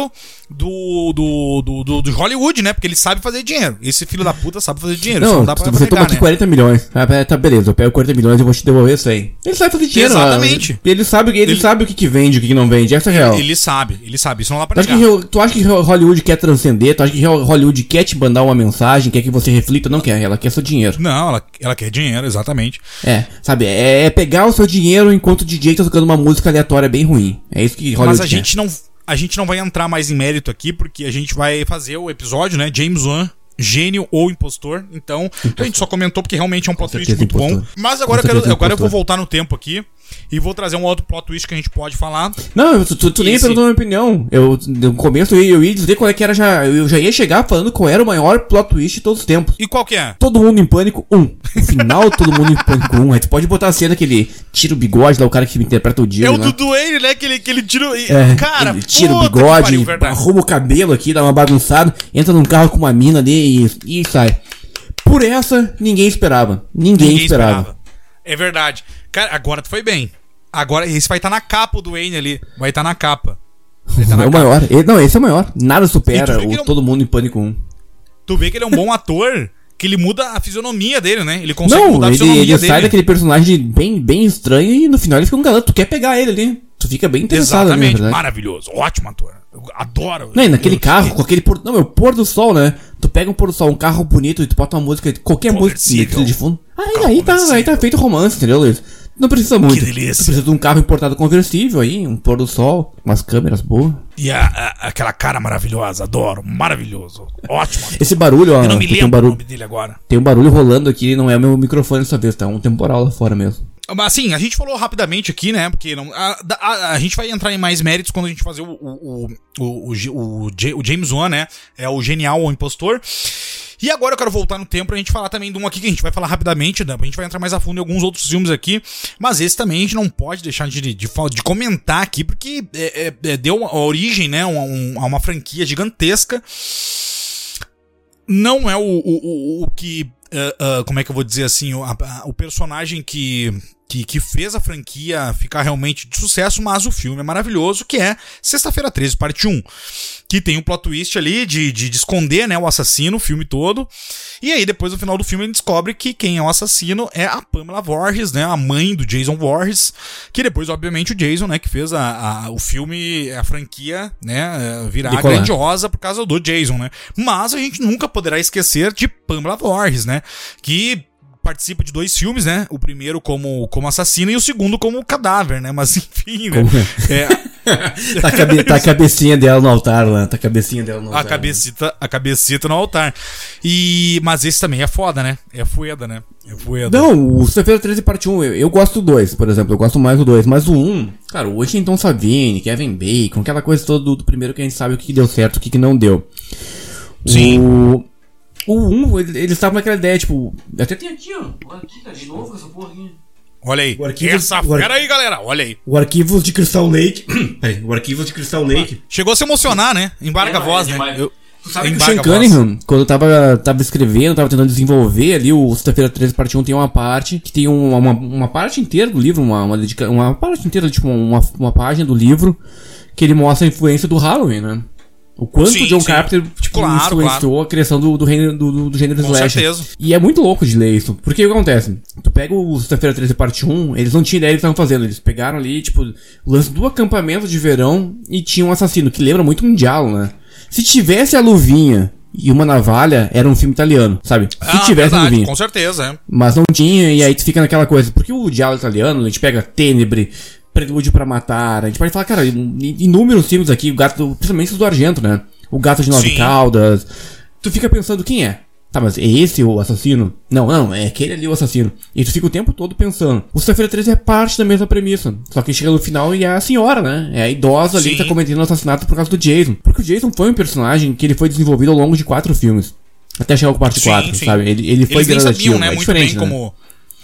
do, do, do, do, do Hollywood, né? Porque ele sabe fazer dinheiro. Esse filho da puta sabe fazer dinheiro. Não, não dá pra você negar, toma aqui né? quarenta milhões. Ah, tá, beleza, eu pego quarenta milhões e vou te devolver isso aí. Ele sabe fazer dinheiro. Exatamente. Ele, ele sabe, ele ele, sabe o que, que vende, o que, que não vende. Essa é real. Ele sabe, ele sabe. Isso não dá pra tu acha, negar. que, tu acha que Hollywood quer transcender? Tu acha que Hollywood quer te mandar uma mensagem? Quer que você reflita? Não quer. Ela quer seu dinheiro. Não, ela, ela quer dinheiro, exatamente. É, sabe? É, é pegar o seu dinheiro enquanto o D J tá tocando uma música aleatória bem ruim. É isso que Hollywood Mas a quer. gente não... A gente não vai entrar mais em mérito aqui, porque a gente vai fazer o episódio, né? James Wan, gênio ou impostor. Então, impostor. A gente só comentou porque realmente é um plot twist muito impostor. bom. Mas agora, eu, quero, agora eu vou voltar no tempo aqui e vou trazer um outro plot twist que a gente pode falar. Não, tu, tu, tu nem perguntou a minha opinião. Eu, no começo eu ia, eu ia dizer qual é que era já. Eu já ia chegar falando qual era o maior plot twist de todos os tempos. E qual que é? Todo Mundo em Pânico um. No final, Todo Mundo em Pânico um. Aí tu pode botar a cena que ele tira o bigode lá, o cara que interpreta o dia. É o né? do Duane, né? Que ele, que ele tira. É, cara, ele tira o puta bigode, pariu, arruma o cabelo aqui, dá uma bagunçada, entra num carro com uma mina ali e, e sai. Por essa, ninguém esperava. Ninguém, ninguém esperava. esperava. É verdade. Cara, agora tu foi bem. Agora, esse vai estar tá na capa, o Duane ali. Vai estar tá na capa. Tá na é o capa. Maior. Ele, não, esse é o maior. Nada supera o é um... Todo Mundo em Pânico um. Tu vê que ele é um bom ator, que ele muda a fisionomia dele, né? Ele consegue não, mudar a ele, fisionomia ele dele. Ele sai daquele personagem bem, bem estranho e no final ele fica um galã. Tu quer pegar ele ali. Tu fica bem interessado. Exatamente. Ali, maravilhoso. Ótimo ator. Eu adoro. Não, e naquele eu, carro, eu... com aquele pôr... Não, meu, pôr do sol, né? Tu pega um pôr do sol, um carro bonito e tu bota uma música, qualquer música de fundo. Aí, aí, tá, aí tá feito romance, entendeu, Luiz? Não precisa muito. Que delícia. Tu precisa de um carro importado conversível aí, um pôr do sol, umas câmeras boas. E a, a, aquela cara maravilhosa, adoro, maravilhoso, ótimo. Esse barulho, ó. Eu não me lembro um barulho, o nome dele agora. Tem um barulho rolando aqui, não é o meu microfone dessa vez, tá? Um temporal lá fora mesmo. Mas assim, a gente falou rapidamente aqui, né? Porque não, a, a, a gente vai entrar em mais méritos quando a gente fazer o, o, o, o, o, o James Wan, né? É o genial ou impostor. E agora eu quero voltar no tempo pra gente falar também de um aqui que a gente vai falar rapidamente, né? A gente vai entrar mais a fundo em alguns outros filmes aqui. Mas esse também a gente não pode deixar de, de, de comentar aqui, porque é, é, deu uma origem, né? A uma, uma franquia gigantesca. Não é o, o, o, o que... Uh, uh, como é que eu vou dizer assim? O, a, a, o personagem que... Que, que fez a franquia ficar realmente de sucesso, mas o filme é maravilhoso, que é Sexta-feira treze, parte um. Que tem um plot twist ali de, de, de esconder, né, o assassino, o filme todo. E aí, depois, no final do filme, ele descobre que quem é o assassino é a Pamela Voorhees, né, a mãe do Jason Voorhees. Que depois, obviamente, o Jason, né, que fez a, a, o filme, a franquia, né, virar Decolar. grandiosa por causa do Jason, né. Mas a gente nunca poderá esquecer de Pamela Voorhees, né, que... participa de dois filmes, né? O primeiro como, como assassino e o segundo como cadáver, né? Mas enfim, né? É... tá, a cabe... tá a cabecinha dela no altar lá. Tá a cabecinha dela no altar. A cabecita, a cabecita no altar. E... Mas esse também é foda, né? É fueda, né? É fueda. Não, o Sexta-feira treze parte um, eu, eu gosto do dois, por exemplo. Eu gosto mais do dois. Mas o um, cara, o Washington Savini, Kevin Bacon, aquela coisa toda do, do primeiro que a gente sabe o que deu certo, o que, que não deu. Sim. O... O um, eles estavam naquela ideia, tipo... Até tem aqui, ó. Olha aqui, tá de novo essa porra aqui. Olha aí. O arquivo, essa o ar... fera aí, galera. Olha aí. O Arquivos de Crystal Lake. Peraí, o Arquivos de Crystal Lake. Chegou a se emocionar, né? Embarga é, a voz, é, né? Eu... Tu sabe que o Sean Cunningham, quando eu tava, tava escrevendo, tava tentando desenvolver ali o Sexta-feira treze parte um, tem uma parte que tem uma, uma, uma parte inteira do livro, uma, uma, dedica... uma parte inteira, tipo uma, uma página do livro que ele mostra a influência do Halloween, né? O quanto sim, o John sim. Carpenter tipo, claro, influenciou claro. a criação do, do, reino, do, do gênero Com slasher. certeza. E é muito louco de ler isso. Porque o que acontece? Tu pega o Sexta-feira treze parte um, eles não tinham ideia do que estavam fazendo. Eles pegaram ali, tipo, o lance do acampamento de verão e tinha um assassino, que lembra muito um giallo, né? Se tivesse a luvinha e uma navalha, era um filme italiano, sabe? Se ah, tivesse verdade, a luvinha. Com certeza, é. Mas não tinha, e aí tu fica naquela coisa. Porque o giallo italiano, a gente pega Tenebre, Prelúdio pra Matar, a gente pode falar, cara, inúmeros filmes aqui, o gato, principalmente os do Argento, né? O Gato de Nove Sim. Caudas. Tu fica pensando, quem é? Tá, mas é esse o assassino? Não, não, é aquele ali o assassino. E tu fica o tempo todo pensando. O Sexta-feira treze é parte da mesma premissa. Só que chega no final e é a senhora, né? É a idosa ali Sim. que tá cometendo o assassinato por causa do Jason. Porque o Jason foi um personagem que ele foi desenvolvido ao longo de quatro filmes. Até chegar ao parte quatro, sabe? Ele, ele foi Eles nem gradativo. sabiam, né? É Muito diferente, bem né? como...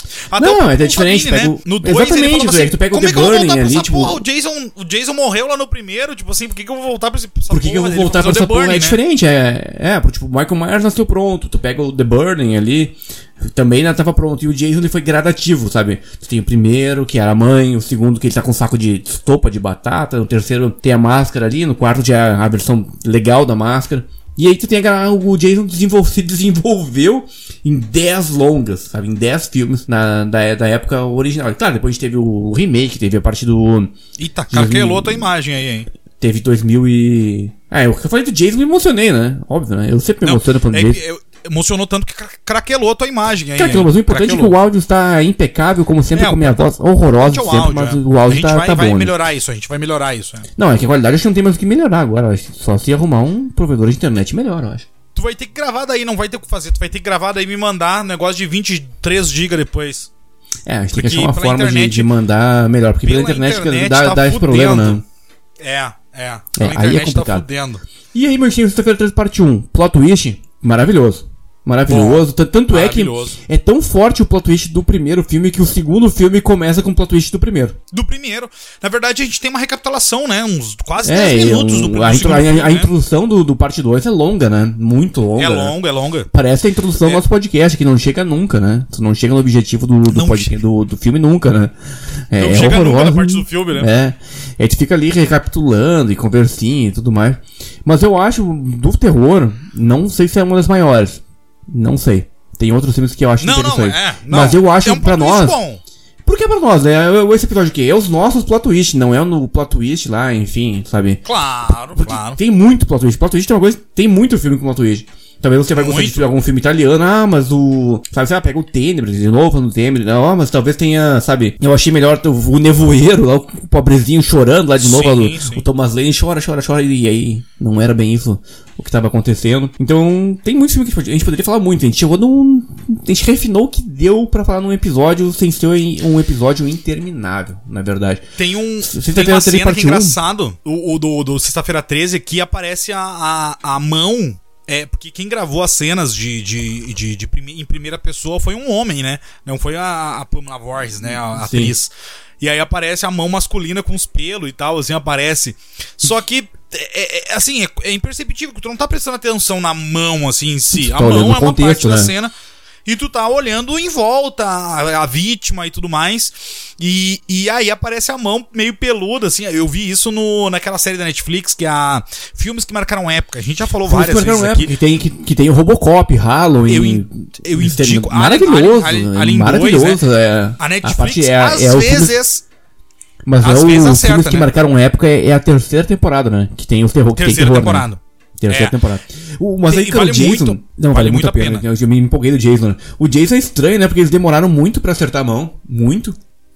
Até não, é diferente. Sabine, pega o... né? No dois, exatamente, assim, tu pega o The Burning ali, essa tipo... porra, o Jason, o Jason morreu lá no primeiro, tipo assim, por que, que eu vou voltar pra essa porra? Por que, que eu vou voltar pra essa porra? Burning, é diferente, né? é, é, tipo, o Michael Myers nasceu pronto, tu pega o The Burning ali, também não tava pronto, e o Jason ele foi gradativo, sabe? Tu tem o primeiro, que era a mãe, o segundo que ele tá com um saco de estopa de batata, o terceiro tem a máscara ali, no quarto já é a versão legal da máscara. E aí tu tem a, o Jason desenvolve, se desenvolveu em dez longas, sabe? Em dez filmes na, da, da época original. E claro, depois teve o remake, teve a parte do... Eita, carquelou a tua imagem aí, hein? Teve dois mil e... Ah, eu falei do Jason, me emocionei, né? Óbvio, né? Eu sempre me emociono falando do é, Jason. Eu, emocionou tanto que craquelou a tua imagem aí. Craquelou, mas o importante craquelou. É que o áudio está impecável, como sempre, é, com a minha voz horrorosa sempre, áudio, mas é. o áudio tá, vai, tá bom. A gente vai melhorar isso, a gente vai melhorar isso. É. Não, é que a qualidade acho que não tem mais o que melhorar agora. Acho. Só se arrumar um provedor de internet melhor, eu acho. Tu vai ter que gravar daí, não vai ter o que fazer. Tu vai ter que gravar daí e me mandar um negócio de vinte e três gigas depois. É, a gente porque tem que achar uma forma internet, de, de mandar melhor, porque pela, pela internet, internet dá, tá dá esse problema, né? É, é. é aí é complicado. Tá fudendo. E aí, meu time, sexta-feira três, parte um. Plot twist, maravilhoso. Maravilhoso. Bom, Tanto maravilhoso. É que é tão forte o plot twist do primeiro filme que o segundo filme começa com o plot twist do primeiro. Do primeiro. Na verdade, a gente tem uma recapitulação, né? Uns quase é, dez minutos um, do, a, do segundo a, filme, a, a né? introdução do, do parte dois é longa, né? Muito longa. É né? longa, é longa. Parece a introdução é. do nosso podcast, que não chega nunca, né? Tu não chega no objetivo do, do, podcast, do, do filme nunca, né? É, não é chega horroroso, nunca na parte do filme, né? É. Aí tu fica ali recapitulando e conversinha e tudo mais. Mas eu acho, do terror, não sei se é uma das maiores. Não sei. Tem outros filmes que eu acho não, interessantes. Não, é, não. Mas eu acho é um pra nós... bom. Por que pra nós, né? Esse episódio aqui é os nossos plot twist, não é no plot twist lá, enfim, sabe? Claro, Porque claro. Tem muito plot twist. Plot twist é uma coisa... Tem muito filme com plot twist. Talvez você vai gostar de algum filme italiano. Ah, mas o... Sabe, você ah, pega o Tenebris de novo no Tenebris. Não, mas talvez tenha, sabe... Eu achei melhor o, o Nevoeiro, lá, o pobrezinho chorando lá de novo. Sim, sim. O, o Thomas Lane chora, chora, chora. E aí, não era bem isso o que tava acontecendo. Então, tem muitos filmes que a gente poderia falar muito. A gente chegou num... A gente refinou o que deu pra falar num episódio sem ser um episódio interminável, na verdade. Tem um... Tem uma cena que é engraçado. O, o do, do Sexta-feira treze, que aparece a, a, a mão... É, porque quem gravou as cenas de, de, de, de prime, em primeira pessoa foi um homem, né? Não foi a, a Pamela Voorhees, né? A, a atriz. E aí aparece a mão masculina com os pelos e tal, assim, aparece. Só que, é, é, assim, é, é imperceptível, que tu não tá prestando atenção na mão, assim, em si. A mão é uma contexto, parte né? da cena... E tu tá olhando em volta a, a vítima e tudo mais. E, e aí aparece a mão meio peluda, assim. Eu vi isso no, naquela série da Netflix, que é a Filmes que Marcaram Época. A gente já falou várias vezes aqui. Que tem, que, que tem o Robocop, Halloween. Eu, in, eu indico. Maravilhoso. Alien, Alien maravilhoso. dois, né? é, a Netflix, a às é, vezes... Mas às é vezes o acerta, Filmes que né? Marcaram Época é, é a terceira temporada, né? Que tem os terror. Terceira que tem terror, temporada. Né? Terceira é. temporada. O, mas Tem, aí, cara, vale o Jason... muito, não, vale, vale muito a pena. pena. Eu me empolguei do Jason. Né? O Jason é estranho, né? Porque eles demoraram muito pra acertar a mão. Muito.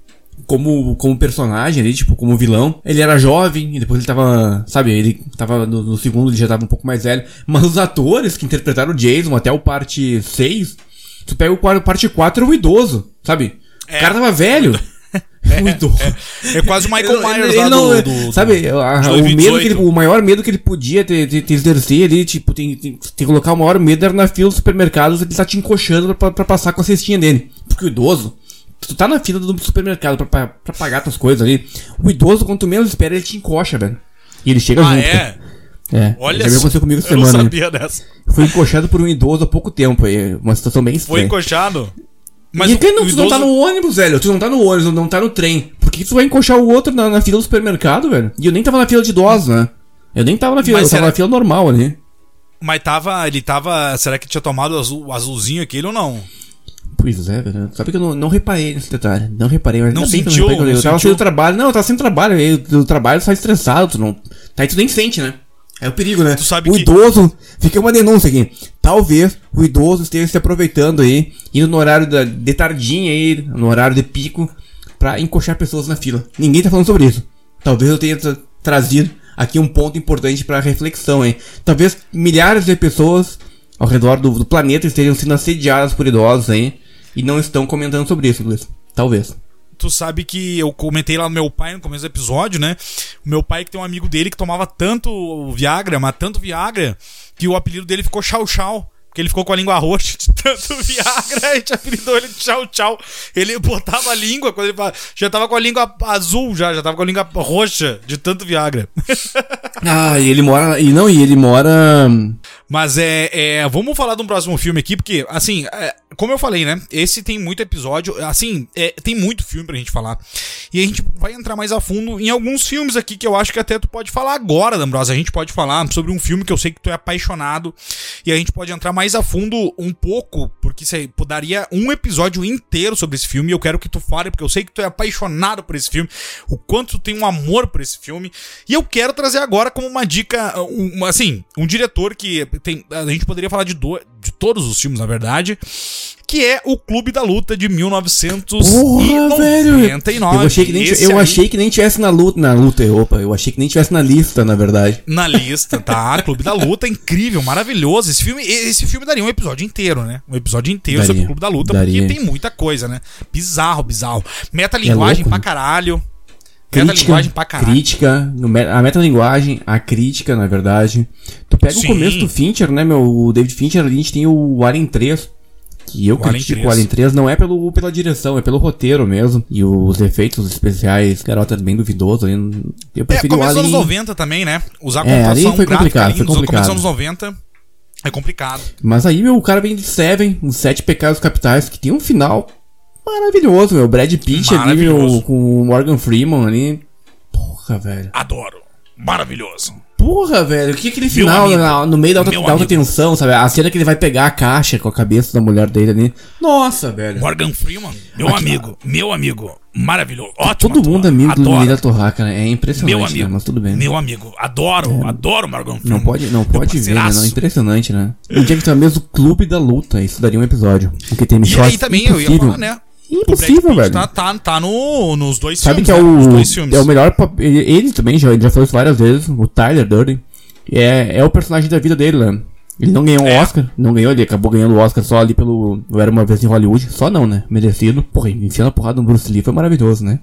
Como, como personagem ali, tipo, como vilão. Ele era jovem, e depois ele tava... Sabe, ele tava... No, no segundo ele já tava um pouco mais velho. Mas os atores que interpretaram o Jason até o parte seis... Tu pega o parte quatro, é o idoso, sabe? É. O cara tava velho. É, é, é quase o Michael Myers lá não, do, do, do... Sabe, a, o, medo que ele, o maior medo que ele podia ter, ter, ter exercer ali, tipo, tem, tem, tem que colocar o maior medo era na fila dos supermercados, ele tá te encoxando pra, pra passar com a cestinha dele. Porque o idoso, tu tá na fila do supermercado pra, pra, pra pagar tuas coisas ali, o idoso, quanto menos espera, ele te encoxa, velho. E ele chega ah, junto. É? É, olha, já aconteceu comigo essa eu semana. não sabia dessa. Fui encoxado por um idoso há pouco tempo aí, uma situação bem estranha. Foi encoxado? Mas e o, quem não, o tu idoso... não tá no ônibus, velho. Tu não tá no ônibus, não tá no trem. Por que tu vai encoxar o outro na, na fila do supermercado, velho? E eu nem tava na fila de idosos, né? Eu nem tava na fila, Mas eu tava será... na fila normal ali. Mas tava, ele tava... Será que tinha tomado o azul, azulzinho aquele ou não? Pois é, velho. Sabe que eu não, não reparei nesse detalhe. Não reparei, mas não ainda sentiu, bem que eu não reparei. Eu, eu tava sentiu? sem trabalho. Não, eu tava sem trabalho. Aí do trabalho tu sai estressado, tu não... Tá aí tu nem sente, né? É o perigo, né? Tu sabe o que... idoso... Fica uma denúncia aqui. Talvez o idoso esteja se aproveitando aí, indo no horário da, de tardinha aí, no horário de pico, pra encoxar pessoas na fila. Ninguém tá falando sobre isso. Talvez eu tenha tra- trazido aqui um ponto importante pra reflexão, hein? Talvez milhares de pessoas ao redor do, do planeta estejam sendo assediadas por idosos aí, e não estão comentando sobre isso, Luiz. Talvez. Tu sabe que eu comentei lá no meu pai no começo do episódio, né? O meu pai que tem um amigo dele que tomava tanto Viagra, mas tanto Viagra, que o apelido dele ficou Chau Chau. Porque ele ficou com a língua roxa de tanto Viagra, a gente apelidou ele de tchau, tchau. Ele botava a língua, quando ele já tava com a língua azul, já, já tava com a língua roxa de tanto Viagra. Ah, e ele mora... E não, e ele mora... Mas é, é... Vamos falar de um próximo filme aqui, porque, assim, é, como eu falei, né? Esse tem muito episódio, assim, é, tem muito filme pra gente falar. E a gente vai entrar mais a fundo em alguns filmes aqui que eu acho que até tu pode falar agora, D'Ambrosa. A gente pode falar sobre um filme que eu sei que tu é apaixonado. E a gente pode entrar mais a fundo um pouco, porque isso aí daria um episódio inteiro sobre esse filme. E eu quero que tu fale, porque eu sei que tu é apaixonado por esse filme, o quanto tu tem um amor por esse filme. E eu quero trazer agora como uma dica, um, assim, um diretor que tem, a gente poderia falar de, do, de todos os filmes, na verdade, que é o Clube da Luta de mil novecentos e noventa e nove. Eu achei que nem, eu aí... achei que nem tivesse na luta, na luta, opa, eu achei que nem tivesse na lista, na verdade. Na lista, tá? Clube da Luta, incrível, maravilhoso. Esse filme, esse filme daria um episódio inteiro, né? Um episódio inteiro daria, sobre o Clube da Luta, daria. Porque tem muita coisa, né? Bizarro, bizarro. Metalinguagem é pra caralho. Metalinguagem pra caralho. Crítica, a metalinguagem, a crítica, na verdade. Tu pega Sim. o começo do Fincher, né, meu? O David Fincher, a gente tem o Alien três. Que eu o critico o Alien três, não é pelo, pela direção, é pelo roteiro mesmo. E os efeitos especiais, garota, bem duvidoso. Eu preferi é, o Alien... começou nos anos noventa também, né? Usar é, computação foi complicado, foi complicado. Começou nos noventa, é complicado. Mas aí, meu, o cara vem de Seven, os Sete Pecados Capitais, que tem um final maravilhoso, meu. Brad Pitt ali, meu, com o Morgan Freeman ali. Porra, velho. Adoro. Maravilhoso. Porra, velho, que aquele final no, no meio da alta, da alta tensão, sabe? A cena que ele vai pegar a caixa com a cabeça da mulher dele ali. Nossa, velho. Morgan Freeman, meu Aqui, amigo, meu amigo, maravilhoso. Ótimo. Todo mundo amigo do Mira Torraca, né? É impressionante, meu amigo, né? Mas tudo bem. Meu amigo, adoro, é. adoro Morgan Freeman. Não pode, não pode ver, né? Não, impressionante, né? Um dia que tu é mesmo Clube da Luta, isso daria um episódio. Porque tem E aí também impossível. eu ia falar, né? Impossível, velho. Tá, tá, tá no, nos dois Sabe filmes. Sabe que é, né? o, dois filmes. é o melhor. Ele, ele também já, ele já falou isso várias vezes. O Tyler Durden. É, é o personagem da vida dele, né? Ele não ganhou um é. Oscar. Não ganhou, ele acabou ganhando o Oscar só ali pelo. Eu Era Uma Vez em Hollywood. Só não, né? Merecido. Porra, enfiando a porrada no Bruce Lee foi maravilhoso, né?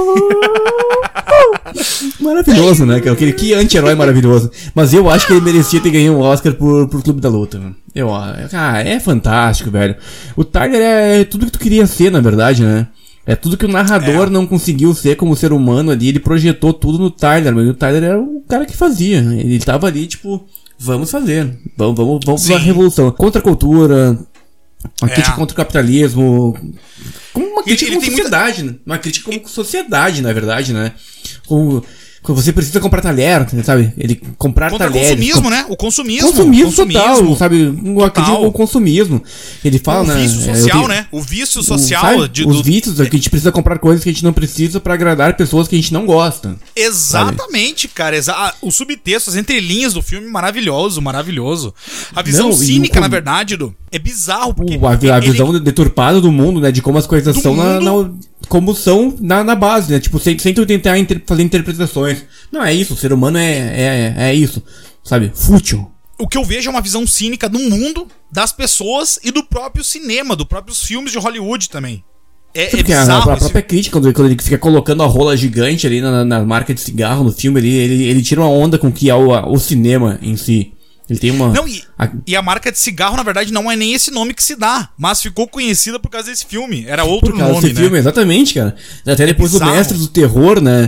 Maravilhoso, né? Que, que anti-herói maravilhoso. Mas eu acho que ele merecia ter ganho um Oscar por, por Clube da Luta. Né? Eu, ah, é fantástico, velho. O Tyler é tudo que tu queria ser, na verdade, né? É tudo que o narrador é. não conseguiu ser como ser humano ali. Ele projetou tudo no Tyler, mas o Tyler era o cara que fazia. Ele tava ali, tipo, vamos fazer. Vamos, vamos, vamos pra revolução. Contra a cultura, uma é. crítica contra o capitalismo. Como uma crítica ele, ele como sociedade, muita... né? Uma crítica como sociedade, na verdade, né? Como... Você precisa comprar talher, sabe? Ele comprar Contra talheres. O consumismo, com... né? O consumismo. Consumismo, consumismo total, sabe? Eu acredito no consumismo. Ele fala, né? O vício né? social, tenho... né? O vício social. O, de, Os do... vícios, é que a gente precisa comprar coisas que a gente não precisa pra agradar pessoas que a gente não gosta. Exatamente, sabe? Cara. Exa... O subtexto, as entrelinhas do filme, maravilhoso, maravilhoso. A visão não, cínica, o... na verdade, do... é bizarro. Porque o, a, a ele... visão deturpada do mundo, né? De como as coisas do são mundo... na, na, como são na, na base, né? Tipo, sem, sem tu tentar inter... fazer interpretações. Não, é isso. O ser humano é, é, é isso, sabe? Fútil. O que eu vejo é uma visão cínica do mundo, das pessoas e do próprio cinema, dos próprios filmes de Hollywood também. É, é bizarro. A, a própria crítica, quando ele, quando ele fica colocando a rola gigante ali na, na marca de cigarro no filme, ele, ele, ele tira uma onda com que é o, o cinema em si. Ele tem uma... Não, e a... e a marca de cigarro, na verdade, não é nem esse nome que se dá, mas ficou conhecida por causa desse filme. Era outro por causa nome, desse né? filme, exatamente, cara. Até depois do Mestre do Terror, né?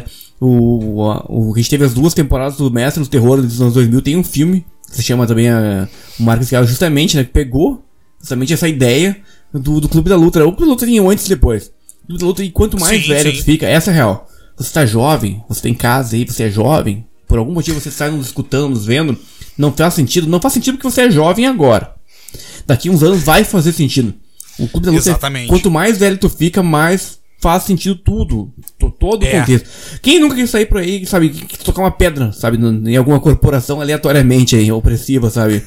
O, o, o, a gente teve as duas temporadas do Mestre do Terror dos anos dois mil. Tem um filme que se chama também a, o Marca de Cigarro, justamente, né? Que pegou justamente essa ideia do, do Clube da Luta. O Clube da Luta tem antes e depois. O Clube da Luta, e quanto mais sim, velho sim. você fica, essa é a real. Você tá jovem, você tem casa aí, você é jovem. Por algum motivo você está nos escutando, nos vendo. Não faz sentido. Não faz sentido porque você é jovem agora. Daqui uns anos vai fazer sentido. O Clube da Luta Exatamente. É, quanto mais velho tu fica, mais faz sentido tudo. Todo o é. contexto. Quem nunca quis sair por aí, sabe, tocar uma pedra, sabe, em alguma corporação aleatoriamente aí, opressiva, sabe?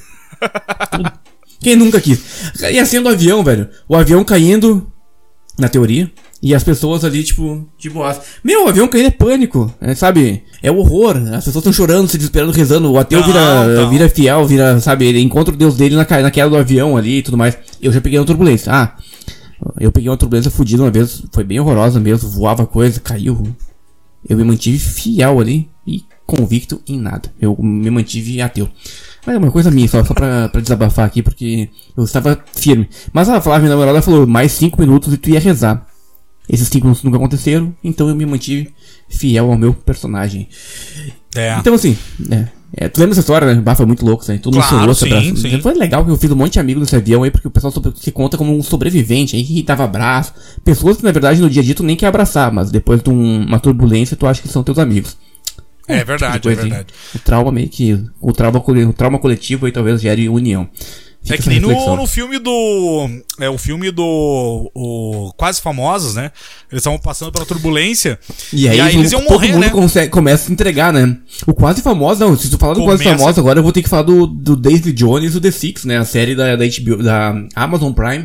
Quem nunca quis? E assim do avião, velho. O avião caindo, na teoria, e as pessoas ali, tipo, tipo, meu, o avião caindo é pânico, é, sabe? É horror. As pessoas estão chorando, se desesperando, rezando. O ateu não, vira, não. vira fiel, vira, sabe? Ele encontra o Deus dele na, na queda do avião ali e tudo mais. Eu já peguei uma turbulência. Ah, eu peguei uma turbulência fodida uma vez. Foi bem horrorosa mesmo. Voava coisa, caiu. Eu me mantive fiel ali e convicto em nada. Eu me mantive ateu. É uma coisa minha, só, só pra, pra desabafar aqui, porque eu estava firme. Mas a Flávia, minha namorada, falou mais cinco minutos e tu ia rezar. Esses cinco minutos nunca aconteceram, então eu me mantive fiel ao meu personagem. É. Então assim, é, é, tu lembra essa história, né? Bah, foi muito louco, né? Todo mundo claro, sim, abraço. Sim. Foi legal que eu fiz um monte de amigos nesse avião aí, porque o pessoal se conta como um sobrevivente, aí que dava abraço. Pessoas que na verdade no dia a dia tu nem quer abraçar, mas depois de um, uma turbulência tu acha que são teus amigos. É verdade, tipo é verdade. O trauma meio que. O trauma, o trauma coletivo aí talvez gere união. Fica é que nem no, no filme do. É o filme do. O Quase Famosos, né? Eles estavam passando pela turbulência. E aí, e aí eles iam morrer, todo mundo né? consegue, começa a se entregar, né? O Quase Famoso, não. Se tu falar do começa... Quase Famoso, agora eu vou ter que falar do, do David Jones e o The Six, né? A série da, da H B O, da Amazon Prime.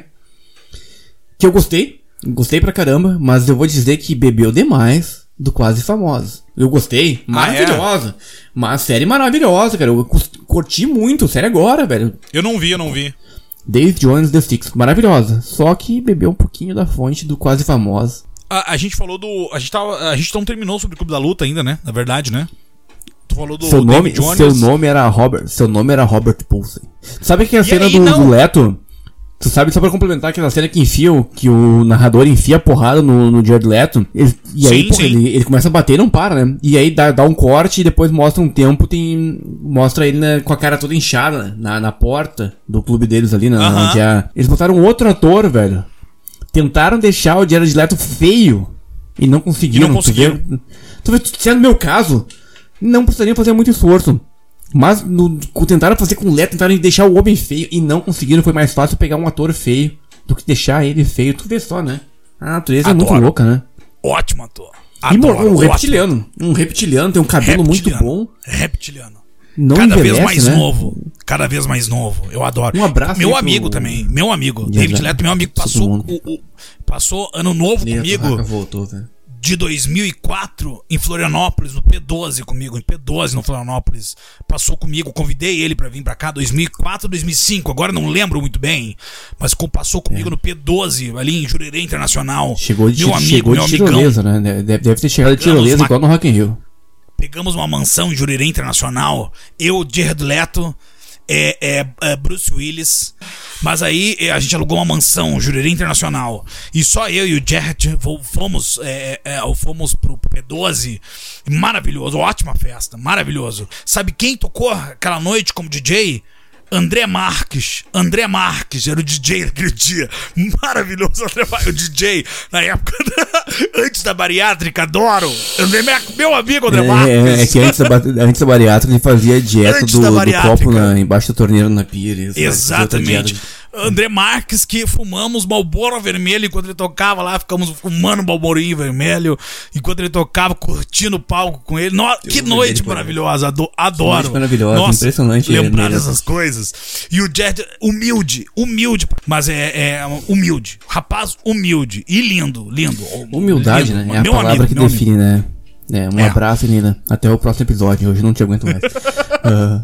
Que eu gostei. Gostei pra caramba, mas eu vou dizer que bebeu demais do Quase Famosos. Eu gostei, maravilhosa. Ah, é? Uma série maravilhosa, cara. Eu curti muito, série agora, velho. Eu não vi, eu não vi. David Jones The Six, maravilhosa. Só que bebeu um pouquinho da fonte do Quase Famosa. A, a gente falou do. A gente, tava, a gente não terminou sobre o Clube da Luta ainda, né? Na verdade, né? Tu falou do seu nome, David Jones. Seu nome era Robert. Seu nome era Robert Paulson. Sabe que a e cena aí, do, do Leto. Tu sabe, só pra complementar aquela cena que enfia, que o narrador enfia a porrada no, no Jared Leto, ele, e aí, sim, porra, sim. Ele, ele começa a bater e não para, né? E aí dá, dá um corte e depois mostra um tempo, tem, mostra ele né, com a cara toda inchada na, na porta do clube deles ali, na, uh-huh. onde a, eles botaram um outro ator, velho. Tentaram deixar o Jared Leto feio e não conseguiram. E não conseguiram. Tu vê, se é no meu caso, não precisaria fazer muito esforço. Mas no, tentaram fazer com o Leto, tentaram deixar o homem feio e não conseguiram. Foi mais fácil pegar um ator feio do que deixar ele feio. Tu vê só, né? A natureza Adoro. é muito louca, né? Ótimo ator. Adoro, e um reptiliano. Um reptiliano, tem um cabelo reptiliano. muito bom. Reptiliano. Não Cada envelhece, vez mais né? novo. Cada vez mais novo. Eu adoro. Um abraço. Meu amigo pro... também. Meu amigo. David Leto, meu amigo. Passou, o, o, passou ano novo Leto, comigo. Voltou, velho. De dois mil e quatro em Florianópolis, no P doze comigo, em P doze no Florianópolis, passou comigo, convidei ele pra vir pra cá, dois mil e quatro, dois mil e cinco, agora não lembro muito bem, mas passou comigo é. no P doze, ali em Jurerê Internacional. Chegou de, meu amigo, chegou meu de tirolesa, né? Deve, deve ter chegado de tirolesa uma... igual no Rock in Rio. Pegamos uma mansão em Jurerê Internacional, eu, Jared Leto, É, é, é Bruce Willis. Mas aí a gente alugou uma mansão, Jurerê Internacional. E só eu e o Jared fomos, é, é, fomos pro P doze. Maravilhoso, ótima festa, maravilhoso. Sabe quem tocou aquela noite como D J? André Marques. André Marques era o D J naquele dia. Maravilhoso, André Marques, o D J na época da, antes da bariátrica, adoro. André Marques, meu amigo André Marques. É, é que antes da, antes da bariátrica ele fazia a dieta do, do copo na, embaixo da torneira na pia. Isso, exatamente. André Marques, que fumamos Marlboro vermelho enquanto ele tocava lá, ficamos fumando Marlborinho vermelho enquanto ele tocava, curtindo o palco com ele. No, que noite maravilhosa, adoro. adoro. Noite maravilhosa, nossa, impressionante. Lembrar dessas coisas. E o Jared, humilde, humilde, mas é, é humilde. Rapaz humilde e lindo, lindo. Humildade, lindo, né? É a palavra amigo, que define, amigo. né? É, um é. abraço, Nina. Até o próximo episódio. Hoje não te aguento mais. uh...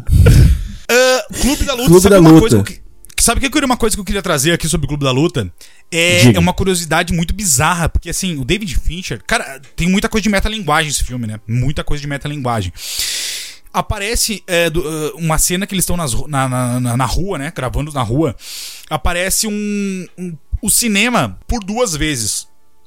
Uh, Clube da Luta, Clube sabe da uma Luta. coisa que... Sabe o que eu uma coisa que eu queria trazer aqui sobre o Clube da Luta? É, é uma curiosidade muito bizarra, porque assim, o David Fincher, cara, tem muita coisa de metalinguagem esse filme, né? Muita coisa de metalinguagem. Aparece é, do, uh, uma cena que eles estão nas, na, na, na, na rua, né? Gravando na rua. Aparece um, um, o cinema por duas vezes.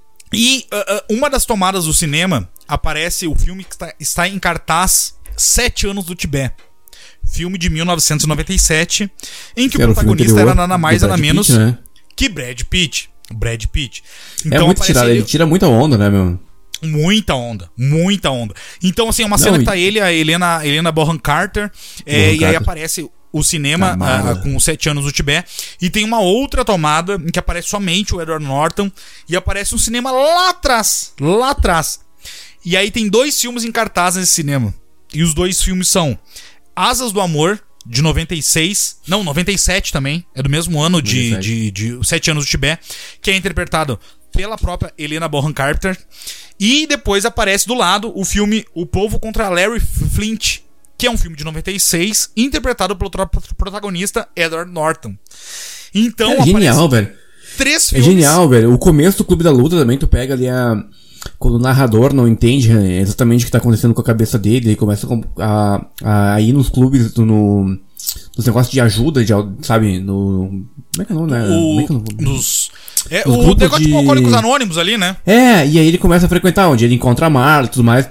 E uh, uh, uma das tomadas do cinema aparece o filme que está, está em cartaz Sete Anos do Tibete. Filme de mil novecentos e noventa e sete, em que era o protagonista era nada mais nada menos Pitt, né? que Brad Pitt. Brad Pitt. Então, é muito tirado, ele... ele tira muita onda, né, meu? Muita onda, muita onda. Então, assim, é uma Não, cena e... que tá ele, a Helena, Helena Bonham Carter, é, Bonham e aí aparece o cinema a, com os Sete Anos do Tibete, e tem uma outra tomada em que aparece somente o Edward Norton, e aparece um cinema lá atrás, lá atrás. E aí tem dois filmes em cartaz nesse cinema, e os dois filmes são Asas do Amor, de noventa e seis. Não, noventa e sete também. É do mesmo ano de, de, de, de Sete Anos do Tibete. Que é interpretado pela própria Helena Bonham Carter. E depois aparece do lado o filme O Povo contra Larry Flint, que é um filme de noventa e seis, interpretado pelo protagonista Edward Norton. Então, é genial, velho. Três filmes. É genial, velho. O começo do Clube da Luta também, tu pega ali a... quando o narrador não entende exatamente o que tá acontecendo com a cabeça dele, ele começa a, a, a ir nos clubes, do, no, nos negócios de ajuda, de, sabe, no... Como é que é o nome, né? O, Como é que é o nome? Nos, é, o negócio de... tipo Alcoólicos Anônimos ali, né? É, e aí ele começa a frequentar, onde ele encontra a Marla e tudo mais.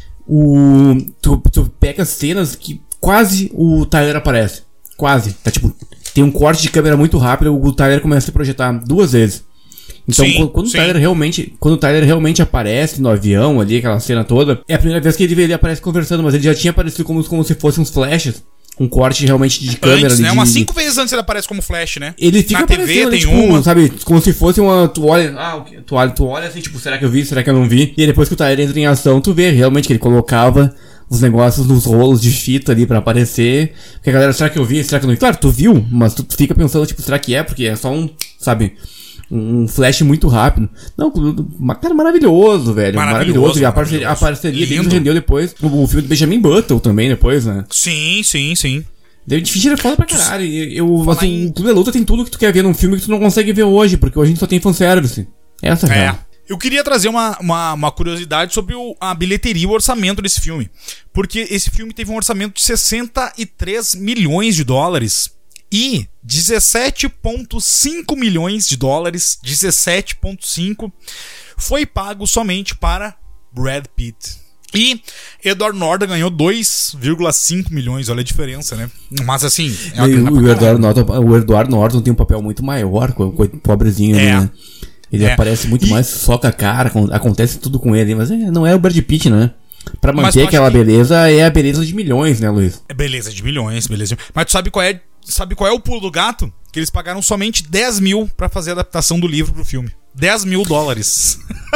O, tu, tu pega cenas que quase o Tyler aparece. Quase. Tá tipo, tem um corte de câmera muito rápido, o Tyler começa a se projetar duas vezes. Então, sim, quando, sim. O Tyler realmente, quando o Tyler realmente aparece no avião ali, aquela cena toda, é a primeira vez que ele, ele aparece conversando, mas ele já tinha aparecido como, como se fossem uns flashes. Um corte realmente de câmera antes, ali. Né? De... Umas cinco vezes antes ele aparece como flash, né? Ele fica na T V tem tipo, uma. Sabe, como se fosse uma. Tu olha. Ah, tu olha, tu olha assim, tipo, será que eu vi? Será que eu não vi? E aí depois que o Tyler entra em ação, tu vê realmente que ele colocava os negócios nos rolos de fita ali pra aparecer. Porque a galera, será que eu vi? Será que eu não vi? Claro, tu viu, mas tu fica pensando, tipo, será que é? Porque é só um, sabe, um flash muito rápido. Não, cara, maravilhoso, velho. Maravilhoso. maravilhoso. E a parceria, a parceria dele rendeu depois. O, o filme do Benjamin Button também, depois, né? Sim, sim, sim. David Fincher é foda pra caralho. Eu, assim, o Clube da Luta tem tudo que tu quer ver num filme que tu não consegue ver hoje, porque hoje a gente só tem fanservice. Essa é a real. Eu queria trazer uma, uma, uma curiosidade sobre o, a bilheteria e o orçamento desse filme. Porque esse filme teve um orçamento de sessenta e três milhões de dólares e dezessete vírgula cinco milhões de dólares, dezessete vírgula cinco, foi pago somente para Brad Pitt. E Edward Norton ganhou dois vírgula cinco milhões, olha a diferença, né? Mas assim, é uma grana pra o, Edward Norton, o Edward Norton tem um papel muito maior, com o pobrezinho é. ali, né? Ele é. aparece muito e... mais, soca a cara, acontece tudo com ele, mas é, não é o Brad Pitt, né? Pra manter aquela que... beleza, é a beleza de milhões, né, Luiz? É beleza de milhões, beleza de... Mas tu sabe qual é, sabe qual é o pulo do gato? Que eles pagaram somente dez mil pra fazer a adaptação do livro pro filme. dez mil dólares.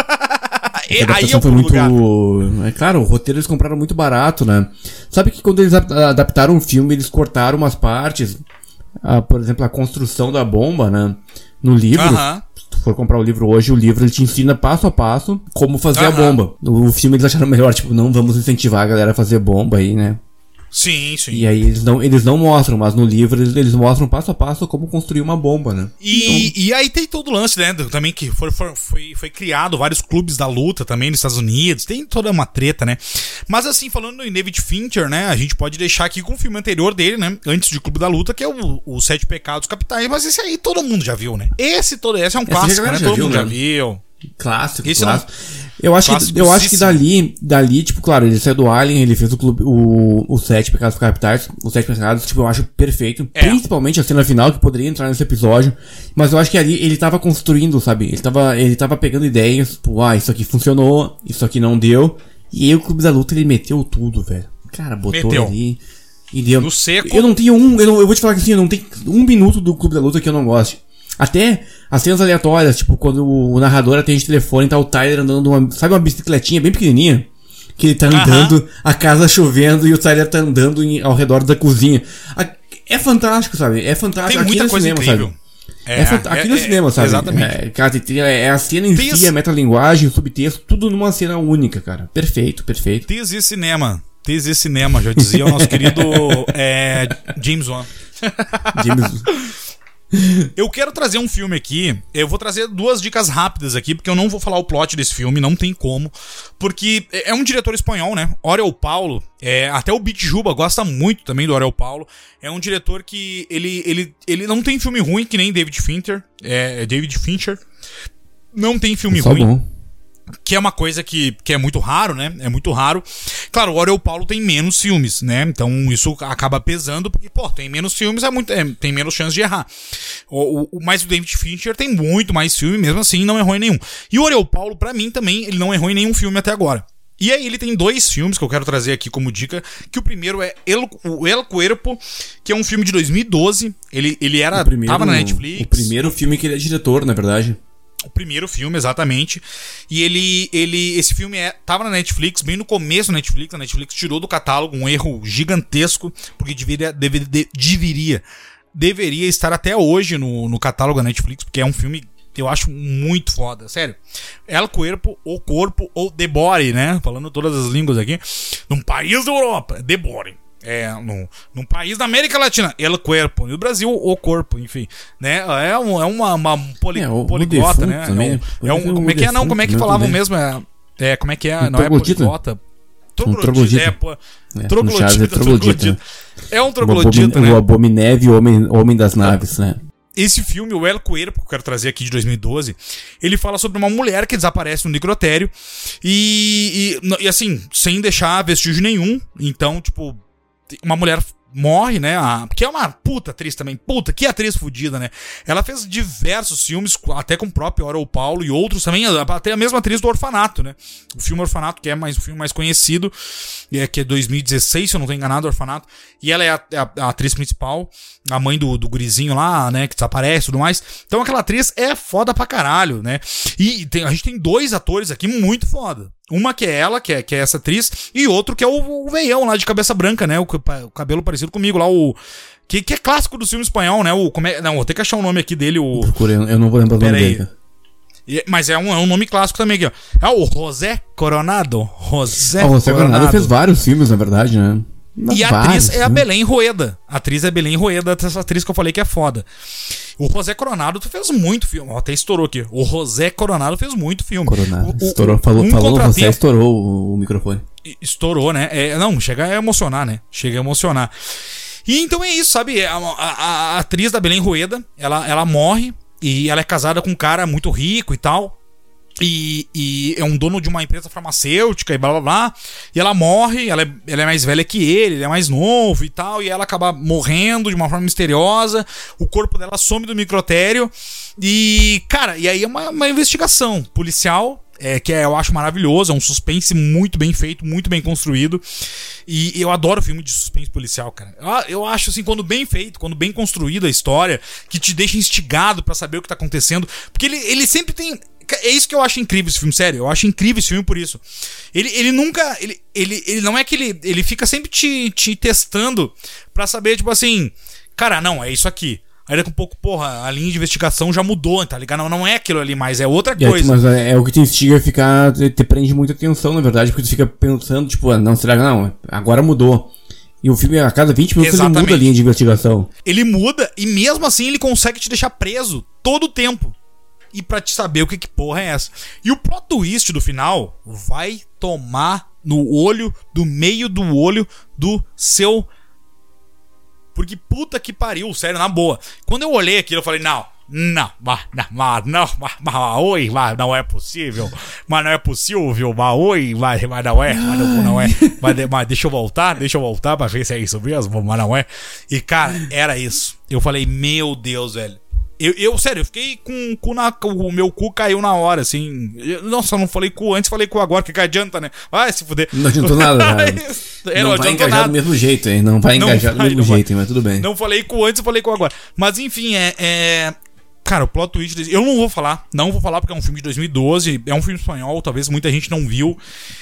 E, a aí é o foi muito... É claro, o roteiro eles compraram muito barato, né? Sabe que quando eles adaptaram o filme, eles cortaram umas partes, ah, por exemplo, a construção da bomba, né? No livro, uh-huh. se tu for comprar o livro hoje, o livro ele te ensina passo a passo como fazer uh-huh. a bomba. O filme eles acharam melhor, tipo, não vamos incentivar a galera a fazer bomba aí, né? Sim, sim. E aí eles não, eles não mostram, mas no livro eles, eles mostram passo a passo como construir uma bomba, né? E, então... e aí tem todo o lance, né? Também que foi, foi, foi, foi criado vários clubes da luta também nos Estados Unidos. Tem toda uma treta, né? Mas assim, falando em David Fincher, né? A gente pode deixar aqui com o filme anterior dele, né? Antes de Clube da Luta, que é o, o Sete Pecados Capitais. Mas esse aí todo mundo já viu, né? Esse, todo, esse é um esse clássico, né? Todo viu, mundo né? já viu. Clássico, esse clássico. Não... Eu acho, que, eu acho que dali, dali, tipo, claro, ele saiu do Alien, ele fez o clube, o, o Sete Pecados Capitais, o Sete Pecados, tipo, eu acho perfeito. É. Principalmente a cena final, que poderia entrar nesse episódio. Mas eu acho que ali ele tava construindo, sabe? Ele tava, ele tava pegando ideias, tipo, ah, isso aqui funcionou, isso aqui não deu. E aí o Clube da Luta, ele meteu tudo, velho. Cara, botou meteu. ali e deu. No seco. Eu não tenho um, eu, não, eu vou te falar que assim, eu não tenho um minuto do Clube da Luta que eu não goste. Até as cenas aleatórias, tipo, quando o narrador atende o telefone e tá o Tyler andando uma, sabe, uma bicicletinha bem pequenininha? Que ele tá andando, uh-huh. a casa chovendo e o Tyler tá andando em, ao redor da cozinha. É fantástico, sabe? É fantástico. Tem aqui muita no coisa cinema, incrível. Sabe? É, é, fant... Aqui é, no cinema, sabe? Exatamente. É, cara, é a cena em This... si, a metalinguagem, o subtexto, tudo numa cena única, cara. Perfeito, perfeito. This is cinema. This is cinema, já dizia o nosso querido é, James Wan. James Eu quero trazer um filme aqui. Eu vou trazer duas dicas rápidas aqui, porque eu não vou falar o plot desse filme, não tem como. Porque é um diretor espanhol, né? Oriol Paulo. É, até o Beat Juba gosta muito também do Oriol Paulo. É um diretor que ele, ele, ele não tem filme ruim, que nem David Fincher. É, David Fincher. Não tem filme Só ruim. Bom. Que é uma coisa que, que é muito raro, né? É muito raro. Claro, o Oriol Paulo tem menos filmes, né? Então isso acaba pesando, porque, pô, tem menos filmes, é muito, é, tem menos chance de errar. O, o, mas o David Fincher tem muito mais filme, mesmo assim não errou em nenhum. E o Oriol Paulo, pra mim, também, ele não errou em nenhum filme até agora. E aí ele tem dois filmes que eu quero trazer aqui como dica, que o primeiro é El, o El Cuerpo, que é um filme de dois mil e doze. Ele, ele era, primeiro, tava na Netflix. O primeiro filme que ele é diretor, na verdade. O primeiro filme, exatamente. E ele, ele esse filme é, tava na Netflix, bem no começo da Netflix. A Netflix tirou do catálogo, um erro gigantesco, porque deveria, deveria, deveria, deveria estar até hoje no, no catálogo da Netflix, porque é um filme que eu acho muito foda, sério. El Cuerpo, O Corpo, ou The Body, né? Falando todas as línguas aqui. Num país da Europa, The Body. É, num, num país da América Latina, El Cuerpo. No Brasil, O Corpo, enfim. Né? É, um, é uma, uma poli, é, o, poliglota, o né? Também, é um, é um, como é que é, não? Como é que falavam mesmo? É, É, como é que é? Um não troglodita? é poliglota? Um troglodita. É, pô. É, Troglodita, no Chaves é troglodita. troglodita. É um troglodita, o né? O Abominev, o homem, homem das naves, né? Esse filme, o El Cuerpo, que eu quero trazer aqui de dois mil e doze, ele fala sobre uma mulher que desaparece no necrotério e, e, e assim, sem deixar vestígio nenhum. Então, tipo, uma mulher morre, né? A, que é uma puta atriz também. Puta, que atriz fodida, né? Ela fez diversos filmes, até com o próprio Orel Paulo e outros também. Até a mesma atriz do Orfanato, né? O filme Orfanato, que é mais, o filme mais conhecido, é, que é dois mil e dezesseis, se eu não tô enganado, Orfanato. E ela é a, a, a atriz principal, a mãe do, do gurizinho lá, né? Que desaparece e tudo mais. Então aquela atriz é foda pra caralho, né? E tem, a gente tem dois atores aqui muito foda. Uma que é ela, que é, que é essa atriz, e outro que é o, o veião lá de cabeça branca, né? O, o cabelo parecido comigo lá, o. Que, que é clássico do filme espanhol, né? O, como é, não, vou ter que achar o nome aqui dele. O... Procurei, eu não vou lembrar o nome dele. E, mas é um, é um nome clássico também aqui, ó. É o José Coronado. José ah, o José Coronado. Coronado fez vários filmes, na verdade, né? E a atriz é a Belém Rueda. A atriz é a Belém Rueda, essa atriz que eu falei que é foda. O José Coronado fez muito filme. Até estourou aqui. O José Coronado fez muito filme. Coronado. O, estourou. O, falou, um falou você, estourou o, o microfone. Estourou, né? É, não, chega a emocionar, né? Chega a emocionar. E então é isso, sabe? A, a, a atriz da Belém Rueda, ela, ela morre e ela é casada com um cara muito rico e tal. E, e é um dono de uma empresa farmacêutica e blá blá blá. E ela morre, ela é, ela é mais velha que ele, ele é mais novo e tal. E ela acaba morrendo de uma forma misteriosa. O corpo dela some do microtério. E, cara, e aí é uma, uma investigação policial. É, que é, eu acho maravilhoso, é um suspense muito bem feito, muito bem construído. E eu adoro filme de suspense policial, cara. Eu, eu acho assim, quando bem feito, quando bem construída a história, que te deixa instigado pra saber o que tá acontecendo. Porque ele, ele sempre tem... É isso que eu acho incrível esse filme, sério. Eu acho incrível esse filme por isso. Ele, ele nunca... Ele, ele, ele não é que ele... Ele fica sempre te, te testando pra saber, tipo assim... Cara, não, é isso aqui. Aí daqui a pouco, porra, a linha de investigação já mudou, tá ligado? Não, não é aquilo ali, mas é outra coisa. É, mas é, é o que te instiga a ficar... Te, te prende muita atenção, na verdade. Porque tu fica pensando, tipo... Ah, não, será que não? Agora mudou. E o filme, a cada vinte minutos, Exatamente. Ele muda a linha de investigação. Ele muda e mesmo assim ele consegue te deixar preso todo o tempo. E pra te saber o que, que porra é essa. E o plot twist do final vai tomar no olho, do meio do olho do seu... Porque puta que pariu, sério, na boa. Quando eu olhei aquilo, eu falei, não, não, mas não, não, mas oi, mas não é possível. Mas não é possível, mas oi, mas, mas não é, mas não, não é. Mas, mas deixa eu voltar, deixa eu voltar pra ver se é isso mesmo, mas não é. E cara, era isso. Eu falei, meu Deus, velho. Eu, eu, sério, eu fiquei com o cu na... O meu cu caiu na hora, assim. Eu, nossa, eu não falei cu antes, falei cu agora, que, que adianta, né? Vai se fuder. Não adiantou nada, cara. é, não, não vai engajar nada. do mesmo jeito, hein? Não vai engajar não vai, do mesmo jeito, vai. Mas tudo bem. Não falei cu antes, eu falei cu agora. Mas enfim, é... é... Cara, o plot twist... Eu não vou falar, não vou falar porque é um filme de dois mil e doze, é um filme espanhol, talvez muita gente não viu.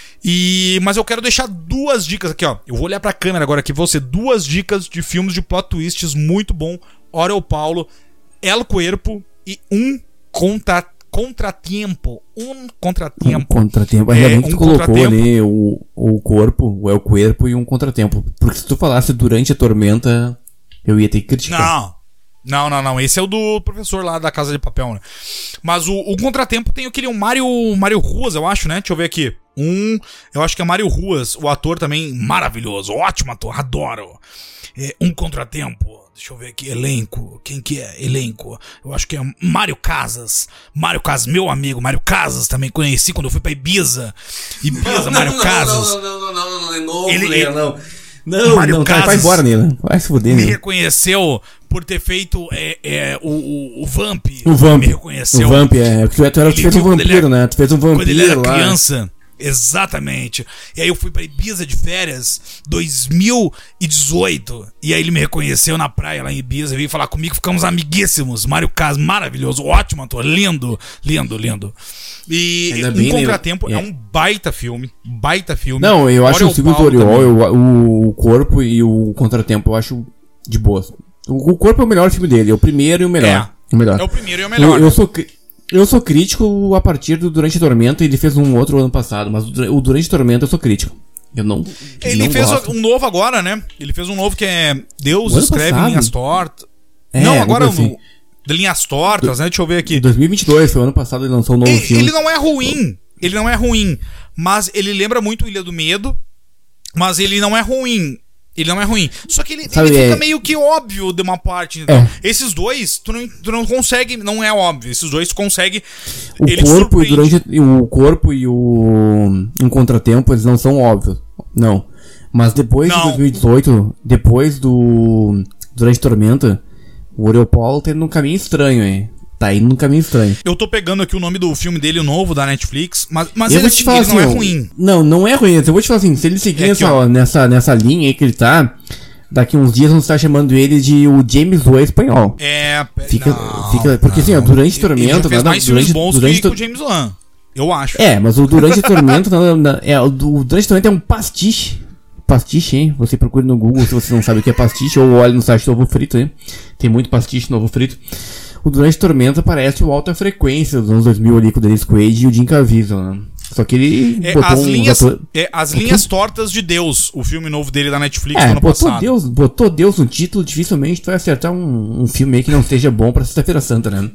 E... Mas eu quero deixar duas dicas aqui, ó. Eu vou olhar pra câmera agora aqui, você. Duas dicas de filmes de plot twists muito bom. Orel Paulo... El Cuerpo e um contra, contratempo. Um contratempo. Um contratempo. Ainda bem que tu um colocou ali o, o corpo, o El Cuerpo e um contratempo. Porque se tu falasse durante a tormenta, eu ia ter que criticar. Não. Não, não, não. Esse é o do professor lá da Casa de Papel, né? Mas o, o contratempo tem aquele um Mário, Mário Ruas, eu acho, né? Deixa eu ver aqui. Um, eu acho que é Mário Ruas, o ator também maravilhoso. Ótimo ator, adoro. É, um contratempo. Deixa eu ver aqui, elenco. Quem que é? Elenco. Eu acho que é Mário Casas. Mário Casas, meu amigo. Mário Casas também conheci quando eu fui pra Ibiza. Ibiza, Mário Casas. Não, não, não, não, não, não, é novo, ele, Leila, não. Não, Mário não, Casas vai embora, Nila. Vai se fuder, me reconheceu por ter feito é, é, o, o, o Vamp. O Vamp. Me reconheceu. O Vamp, é. Tu, tu, tu fez um vampiro, né? Tu fez um vampiro quando ele era lá. criança. Exatamente. E aí eu fui pra Ibiza de férias dois mil e dezoito. E aí ele me reconheceu na praia lá em Ibiza. Veio falar comigo, ficamos amiguíssimos. Mário Casas, maravilhoso, ótimo ator, lindo, lindo, lindo. E Ainda Um bem, Contratempo né? é um baita filme. Baita filme. Não, eu acho Orel o filme do Oriol, o, o Corpo e o Contratempo, eu acho de boa. O, o Corpo é o melhor filme dele, é o primeiro e o melhor. É, o melhor. é o primeiro e o melhor. Eu, eu sou... Eu sou crítico a partir do Durante a Tormenta, ele fez um outro ano passado, mas o Durante a Tormenta eu sou crítico. Eu não. Ele não fez gosto. um novo agora, né? Ele fez um novo que é Deus O ano escreve passado? linhas tortas. É, não, agora assim. no, de linhas tortas, né? Deixa eu ver aqui. dois mil e vinte e dois foi o ano passado, ele lançou um novo Ele, filme. ele não é ruim. Ele não é ruim. mas ele lembra muito Ilha do Medo, mas ele não é ruim. Ele não é ruim. Só que ele, Sabe, ele fica é... meio que óbvio de uma parte. Então, é. Esses dois, tu não, tu não consegue, não é óbvio. Esses dois tu consegue. O corpo, e durante, o corpo e o um contratempo, eles não são óbvios. Não. Mas depois não. de dois mil e dezoito, depois do Durante Tormenta, o Oriol Paulo tá indo num caminho estranho, hein? Tá indo num caminho estranho. Eu tô pegando aqui o nome do filme dele, o novo, da Netflix, mas, mas eu ele, vou te falar ele assim, não é ó, ruim. Não, não é ruim. Eu vou te falar assim, se ele seguir é nessa, que, ó, nessa, nessa linha aí que ele tá, daqui uns dias vamos estar chamando ele de o James Wan espanhol. É, fica, não, fica Porque não. assim, ó, Durante Tormenta... Ele já fez nada, mais durante, filmes bons durante, que, que o James Wan, eu acho. É, mas o Durante Tormenta... nada, nada, é, o Durante Tormenta é um pastiche. Pastiche, hein? Você procure no Google se você não sabe o que é pastiche, ou olhe no site do Ovo Frito, hein? Tem muito pastiche no Ovo Frito. O Durante Tormenta parece o Alta Frequência dos anos dois mil ali com o Dennis Quaid e o Jim Caviezel, né? Só que ele é, botou as um linhas, ator... é, As Linhas Tortas de Deus, o filme novo dele da Netflix é, no ano botou passado. Deus, botou Deus no título, dificilmente tu vai acertar um, um filme aí que não seja bom pra Sexta-feira Santa, né?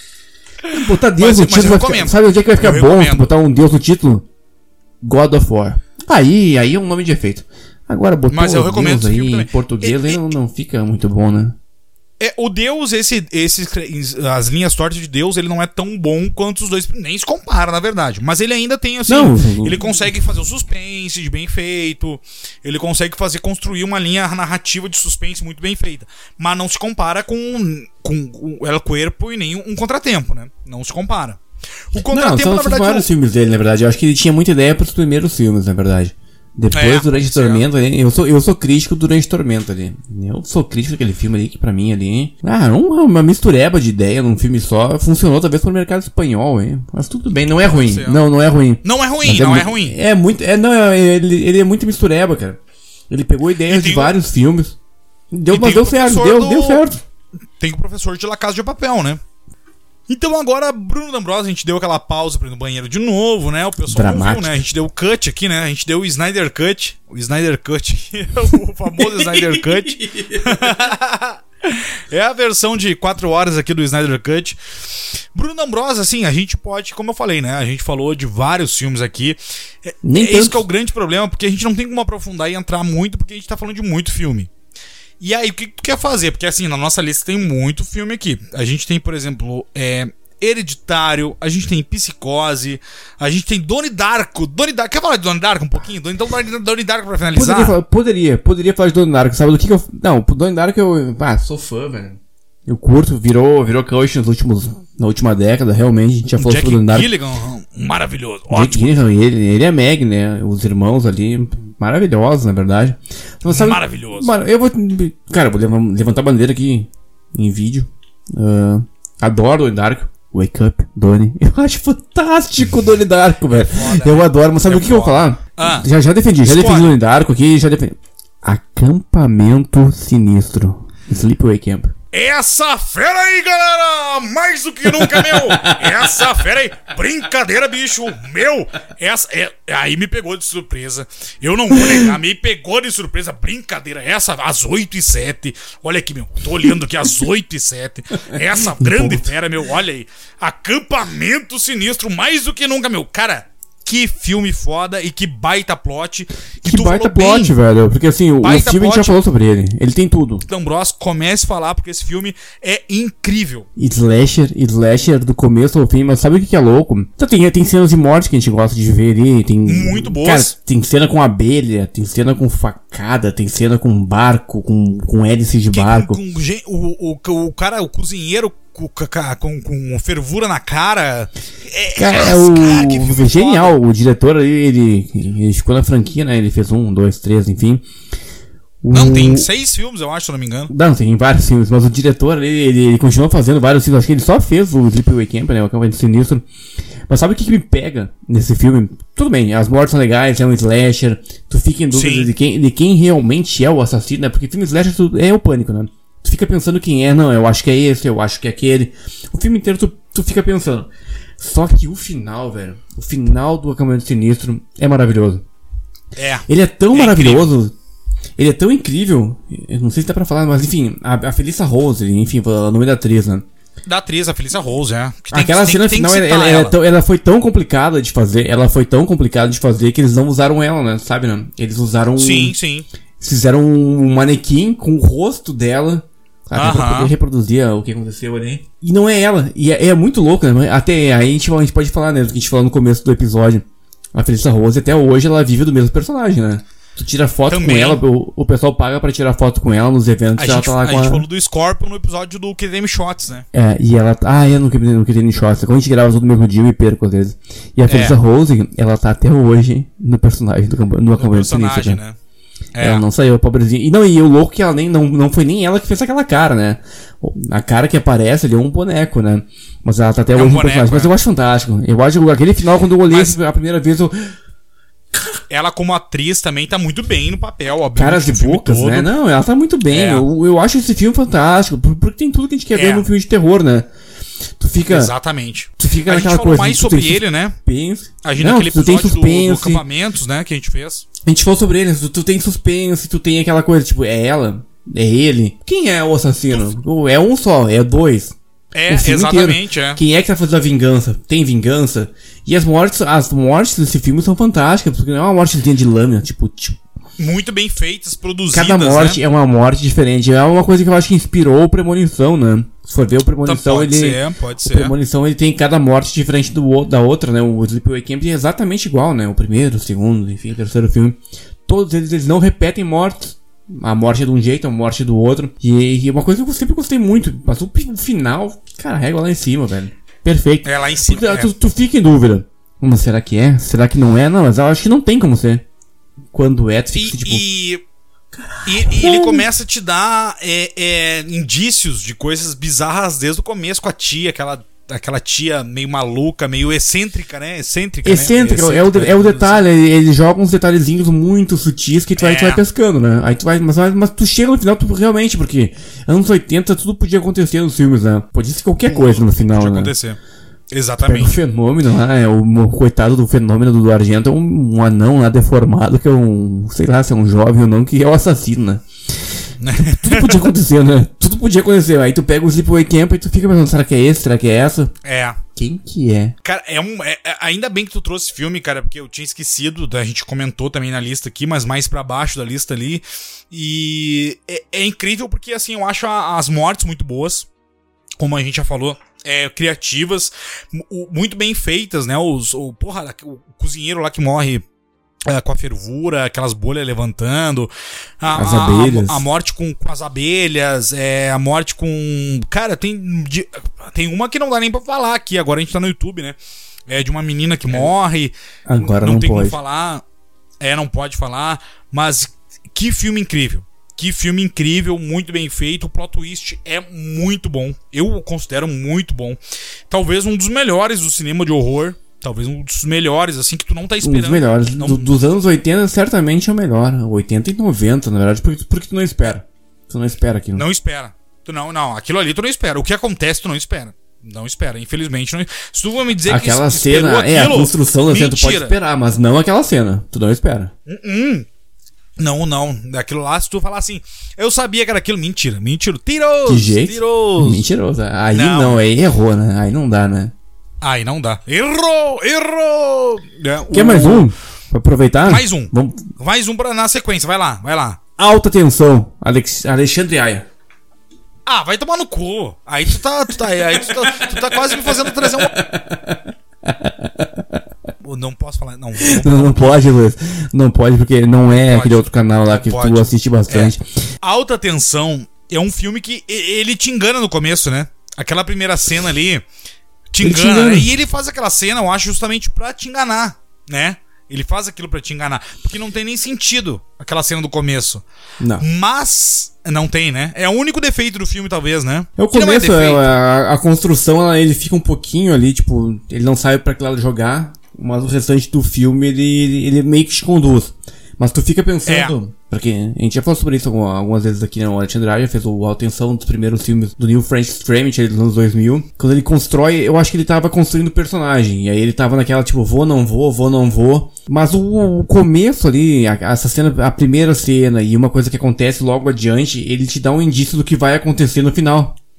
Botar Deus mas, no título, vai ficar, sabe onde é que vai ficar eu bom recomendo. se botar um Deus no título? God of War. Aí, aí é um nome de efeito. Agora, botou mas eu recomendo Deus aí em também. português é, aí é, não, não fica muito bom, né? É, o Deus, esse, esse, as linhas tortas de Deus, ele não é tão bom quanto os dois, nem se compara, na verdade. Mas ele ainda tem, assim, não, ele consegue fazer o suspense de bem feito, ele consegue fazer, construir uma linha narrativa de suspense muito bem feita. Mas não se compara com, com, com El Cuerpo e nem um, um Contratempo, né? Não se compara. O Contratempo, não, são, na verdade... São vários não... filmes dele, na verdade. Eu acho que ele tinha muita ideia pros primeiros filmes, na verdade. Depois, é, durante Tormenta, ali, eu sou, eu sou crítico durante Tormenta ali. Eu sou crítico daquele filme ali, que pra mim ali... Ah, uma, uma mistureba de ideia num filme só. Funcionou talvez pro mercado espanhol, hein? Mas tudo bem, não é ruim. Não, não é ruim. Não é ruim, não é, é ruim. É muito... É, não, ele, ele é muito mistureba, cara. Ele pegou ideias de vários o... filmes. Deu, mas deu certo, deu, do... deu certo. Tem o professor de La Casa de Papel, né? Então agora, Bruno D'Ambrosa, a gente deu aquela pausa pra ir no banheiro de novo, né? O pessoal não viu, né? A gente deu o cut aqui, né? A gente deu o Snyder Cut. O Snyder Cut. O famoso Snyder Cut. É a versão de quatro horas aqui do Snyder Cut. Bruno D'Ambrosa, assim, a gente pode, como eu falei, né? A gente falou de vários filmes aqui. É, Nem é esse que é o grande problema, porque a gente não tem como aprofundar e entrar muito, porque a gente tá falando de muito filme. E aí, o que tu quer fazer? Porque assim, na nossa lista tem muito filme aqui. A gente tem, por exemplo, é, Hereditário, a gente tem Psicose, a gente tem Donnie Darko. Donnie Darko. Quer falar de Donnie Darko um pouquinho? Então, Donnie Darko pra finalizar. Poderia, poderia, poderia falar de Donnie Darko. Sabe do que, que eu... Não, o Donnie Darko eu... Ah, sou fã, velho. Eu curto, virou, virou coach nos últimos, na última década, realmente. A gente já falou Jack sobre o Donnie Darko. Gilligan, maravilhoso, Jack ótimo. Gilligan, ele, ele é Meg, né? Os irmãos ali... Maravilhosos, na verdade. Então, sabe, maravilhoso. Eu vou... Cara, vou levantar a bandeira aqui em vídeo. Uh, adoro Donnie Darko. Wake Up, Donnie. Eu acho fantástico o Donnie Darko, velho. É eu adoro. Mas sabe é o que, que eu vou falar? Ah, já, já defendi. Já defendi o Donnie Darko aqui. Já defendi. Acampamento Sinistro. Sleepaway Camp. Essa fera aí, galera! Mais do que nunca, meu! Essa fera aí! Brincadeira, bicho! Meu! Essa é, aí me pegou de surpresa. Eu não vou negar, me pegou de surpresa. Brincadeira, essa às oito e sete. Olha aqui, meu. Tô olhando aqui às oito e sete. Essa grande fera, meu. Olha aí. Acampamento Sinistro, mais do que nunca, meu. Cara, que filme foda e que baita plot. E que baita plot, bem, velho. Porque assim, o Steven plot, a gente já falou sobre ele. Ele tem tudo. D'Ambrosa, comece a falar, porque esse filme é incrível. Slasher, slasher do começo ao fim, mas sabe o que, que é louco? Então, tem, tem cenas de morte que a gente gosta de ver ali. Tem, muito boas. Cara, tem cena com abelha, tem cena com facada, tem cena com barco, com, com hélice de que, barco. Com, com, o, o, o cara, o cozinheiro com, com, com fervura na cara. É, cara, é o cara, genial. Foda. O diretor ali, ele, ele ficou na franquia, né? Ele fez um, dois, três, enfim. O... Não, tem seis filmes, eu acho, se não me engano. Não, tem vários filmes, mas o diretor ali, ele, ele continuou fazendo vários filmes. Acho que ele só fez o Sleepaway Camp, né? O Acampamento Sinistro. Mas sabe o que, que me pega nesse filme? Tudo bem, as mortes são legais, é um slasher. Tu fica em dúvida de quem, de quem realmente é o assassino, né? Porque filme slasher tu, é o pânico, né? Tu fica pensando quem é, não, eu acho que é esse, eu acho que é aquele. O filme inteiro tu, tu fica pensando. Só que o final, velho, o final do Acampamento Sinistro é maravilhoso. É. Ele é tão é maravilhoso, incrível. Ele é tão incrível, eu não sei se dá pra falar, mas enfim, a, a Felissa Rose, enfim, o nome da atriz, né? Da atriz, a Felissa Rose, é. Que tem Aquela que, cena tem, final, tem ela, ela, ela. ela, tão- ela foi tão complicada de fazer, ela foi tão complicada de fazer que eles não usaram ela, né? Sabe, né? Eles usaram... Sim, sim. Fizeram um manequim com o rosto dela, até pra Aham. poder reproduzir o que aconteceu ali. E não é ela. E é, é muito louco, né? Até aí a gente, a gente pode falar, né? Do que a gente falou no começo do episódio. A Felissa Rose, até hoje, ela vive do mesmo personagem, né? Tu tira foto Também. com ela, o, o pessoal paga pra tirar foto com ela nos eventos. A e ela gente, tá lá a com gente a... falou do Scorpion no episódio do Q D M Shots, né? É, e ela... Ah, eu não queria, não queria nem shots. Quando a gente grava tudo no mesmo dia, eu me perco às vezes. E a Felissa É. Rose, ela tá até hoje no personagem do campo- no Do acampamento sinistro, personagem, né? né? É. Ela não saiu, pobrezinha. E não, e o louco que ela nem, não, não foi nem ela que fez aquela cara, né? A cara que aparece ali é um boneco, né? Mas ela tá até É um hoje no boneco, personagem. Mas é. eu acho fantástico. Eu acho aquele final, quando eu olhei Mas- a primeira vez, eu... Ela como atriz também tá muito bem no papel, obviamente. Caras e no filme bocas, todo. né? Não, ela tá muito bem. É. Eu, eu acho esse filme fantástico. por- Porque tem tudo que a gente quer É. ver num filme de terror, né? Tu fica... Exatamente. Tu fica A gente naquela falou coisa... mais tu sobre tem ele, né? suspense. A gente Não, naquele tu tem episódio do, do suspense. acampamentos, né? Que a gente fez. A gente falou sobre ele, tu, tu tem suspense, tu tem aquela coisa, tipo, é ela? É ele? Quem é o assassino? Ou é um só, é dois. É, O filme exatamente, inteiro. é. Quem é que tá fazendo a vingança? Tem vingança? E as mortes, as mortes desse filme são fantásticas, porque não é uma mortezinha de lâmina, tipo, tipo Muito bem feitas, produzidas, cada morte né? é uma morte diferente. É uma coisa que eu acho que inspirou o Premonição, né? Se for ver o Premonição, Pode ele... ser, pode O ser. Premonição, ele tem cada morte diferente do, o- da outra, né? O Sleepaway Camp é exatamente igual, né? O primeiro, o segundo, enfim, o terceiro filme. Todos eles, eles não repetem mortes. A morte é de um jeito, a morte do outro. E, e uma coisa que eu sempre gostei muito. Mas o, o final, carrega lá em cima, velho. Perfeito. É lá em cima. Tu, é. tu, tu fica em dúvida. Mas será que é? Será que não é? Não, mas eu acho que não tem como ser. Quando é, tu fica E, assim, tipo... e, e- e ele começa a te dar é, é, indícios de coisas bizarras desde o começo com a tia, aquela, aquela tia meio maluca, meio excêntrica, né? Excêntrica, Excêntrico, né? é, o, de- é o assim. detalhe, ele, ele joga uns detalhezinhos muito sutis que tu vai, É. tu vai pescando, né? Aí tu vai, mas, mas, mas tu chega no final, tu realmente, porque anos oitenta tudo podia acontecer nos filmes, né? Podia ser qualquer coisa no final, Pode né? acontecer. Pega o Exatamente. fenômeno lá, é o, o coitado do fenômeno do Argento, é um, um anão lá deformado, que é um, sei lá se é um jovem ou não, que é o assassino, né? Tudo podia acontecer, né? Tudo podia acontecer. Aí tu pega o Sleepaway Camp e tu fica pensando, será que é esse? Será que é essa? É. Quem que é? Cara, é um. é- é- ainda bem que tu trouxe esse filme, cara, porque eu tinha esquecido, a gente comentou também na lista aqui, mas mais pra baixo da lista ali. E é, é incrível porque, assim, eu acho a- as mortes muito boas, como a gente já falou, é, criativas, mu- o- muito bem feitas, né? Os, o, porra, o cozinheiro lá que morre. É, com a fervura, aquelas bolhas levantando, a, As a- abelhas. a, a morte com, com as abelhas, é, a morte com. Cara, tem, de- tem uma que não dá nem pra falar aqui, agora a gente tá no YouTube, né? É de uma menina que morre. Agora não tem pode. como falar. É, não pode falar. Mas que filme incrível. Que filme incrível, muito bem feito. O plot twist é muito bom. Eu o considero muito bom. Talvez um dos melhores do cinema de horror. Talvez um dos melhores, assim, que tu não tá Um esperando. dos melhores. Não- Do- dos anos oitenta, certamente é o melhor. oitenta e noventa, na verdade, porque, porque tu não espera. Tu não espera aquilo. Não espera. Tu não, não. Aquilo ali tu não espera. O que acontece, tu não espera. Não espera. Infelizmente, não. Se tu vai me dizer Aquela que esperou cena, é, a aquilo, construção da cena tu pode mentira. esperar, mas não aquela cena. Tu não espera. Hum, Não, não. Daquilo lá, se tu falar assim, eu sabia que era aquilo. Mentira, mentira. Tiroso, Que jeito? tiroso. Mentiroso. Aí Não. não, aí errou, né? Aí não dá, né? Aí não dá. Errou, errou. É, Quer o- mais um? Pra aproveitar? Mais um. Vamos. Mais um pra, na sequência. Vai lá, vai lá. Alta tensão. Alex... Alexandre Aya. Ah, vai tomar no cu. Aí tu tá, tu tá, aí tu tá, tu tá quase me fazendo trazer uma... Oh, não posso falar, não. não Não, não pode, Luiz. Não pode, porque não é Pode. aquele outro canal lá que Pode. tu assiste bastante. Alta Tensão é um filme que e- ele te engana no começo, né? Aquela primeira cena ali te Ele te engana. engana. E ele faz aquela cena, eu acho, justamente pra te enganar, né? Ele faz aquilo pra te enganar. Porque não tem nem sentido aquela cena do começo. Não. Mas não tem, né? É o único defeito do filme, talvez, né? É o Que não começo, defeito. é, a, a construção, ela, ele fica um pouquinho ali, tipo, ele não sabe pra que lado jogar, mas o restante do filme, ele, ele, ele meio que te conduz. Mas tu fica pensando, É. porque a gente já falou sobre isso algumas, algumas vezes aqui, né? O Alexandre Aya fez o Alta Tensão, um dos primeiros filmes do Neil French Experiment, ali dos anos dois mil. Quando ele constrói, eu acho que ele tava construindo o personagem, e aí ele tava naquela, tipo, vou, não vou, vou, não vou. Mas o, o começo ali, a, essa cena, a primeira cena e uma coisa que acontece logo adiante, ele te dá um indício do que vai acontecer no final.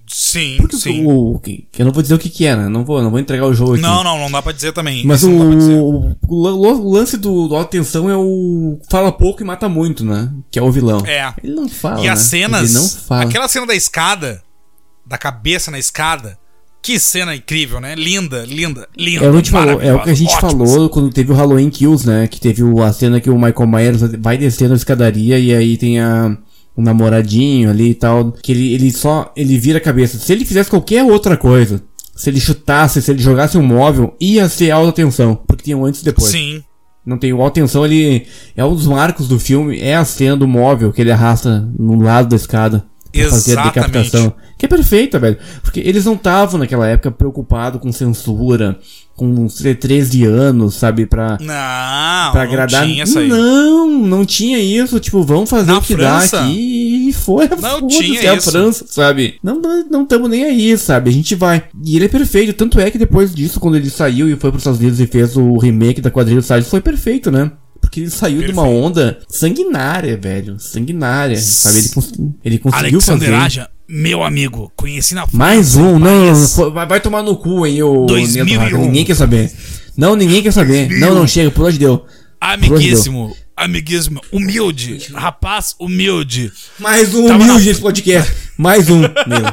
Sim, Porque sim. O, o, eu não vou dizer o que que é, né? Não vou, não vou entregar o jogo aqui. Não, não, não dá pra dizer também. Mas o, o, o lance do, do Alta Tensão é o fala pouco e mata muito, né? Que é o vilão. É. Ele não fala, E as né? cenas... Ele não fala. Aquela cena da escada, da cabeça na escada, que cena incrível, né? Linda, linda, linda. É o que, falou, é o que a gente ótimo. falou quando teve o Halloween Kills, né? Que teve a cena que o Michael Myers vai descendo a escadaria e aí tem a... um namoradinho ali e tal, que ele, ele só, ele vira a cabeça. Se ele fizesse qualquer outra coisa, se ele chutasse, se ele jogasse um móvel, ia ser alta tensão, porque tinha um antes e depois. Sim. Não tem o alta tensão, ele é um dos marcos do filme, é a cena do móvel que ele arrasta no lado da escada. Pra fazer a decapitação. Que é perfeita, velho. Porque eles não estavam naquela época preocupados com censura, com treze anos, sabe, pra... Não, pra agradar. Não tinha isso aí. Não, não tinha isso. Tipo, vamos fazer Na o que França? dá aqui e foi. Não Foda-se, tinha é a isso. França, sabe? Não não estamos nem aí, sabe? A gente vai. E ele é perfeito. Tanto é que depois disso, quando ele saiu e foi pros Estados Unidos e fez o remake da Quadrilha do Sargent, foi perfeito, né? Porque ele saiu perfeito. de uma onda sanguinária, velho. Sanguinária, sabe? Ele, cons ele conseguiu Alexander fazer. Aja, meu amigo, conheci na França. Mais um, não, não, vai, vai tomar no cu aí, o dois mil e um. Ninguém quer saber. Não, ninguém quer saber. Não, não, chega, por hoje deu. Amiguíssimo, amiguíssimo, humilde, rapaz humilde. Mais um Tava humilde na... nesse podcast. Mais um, meu.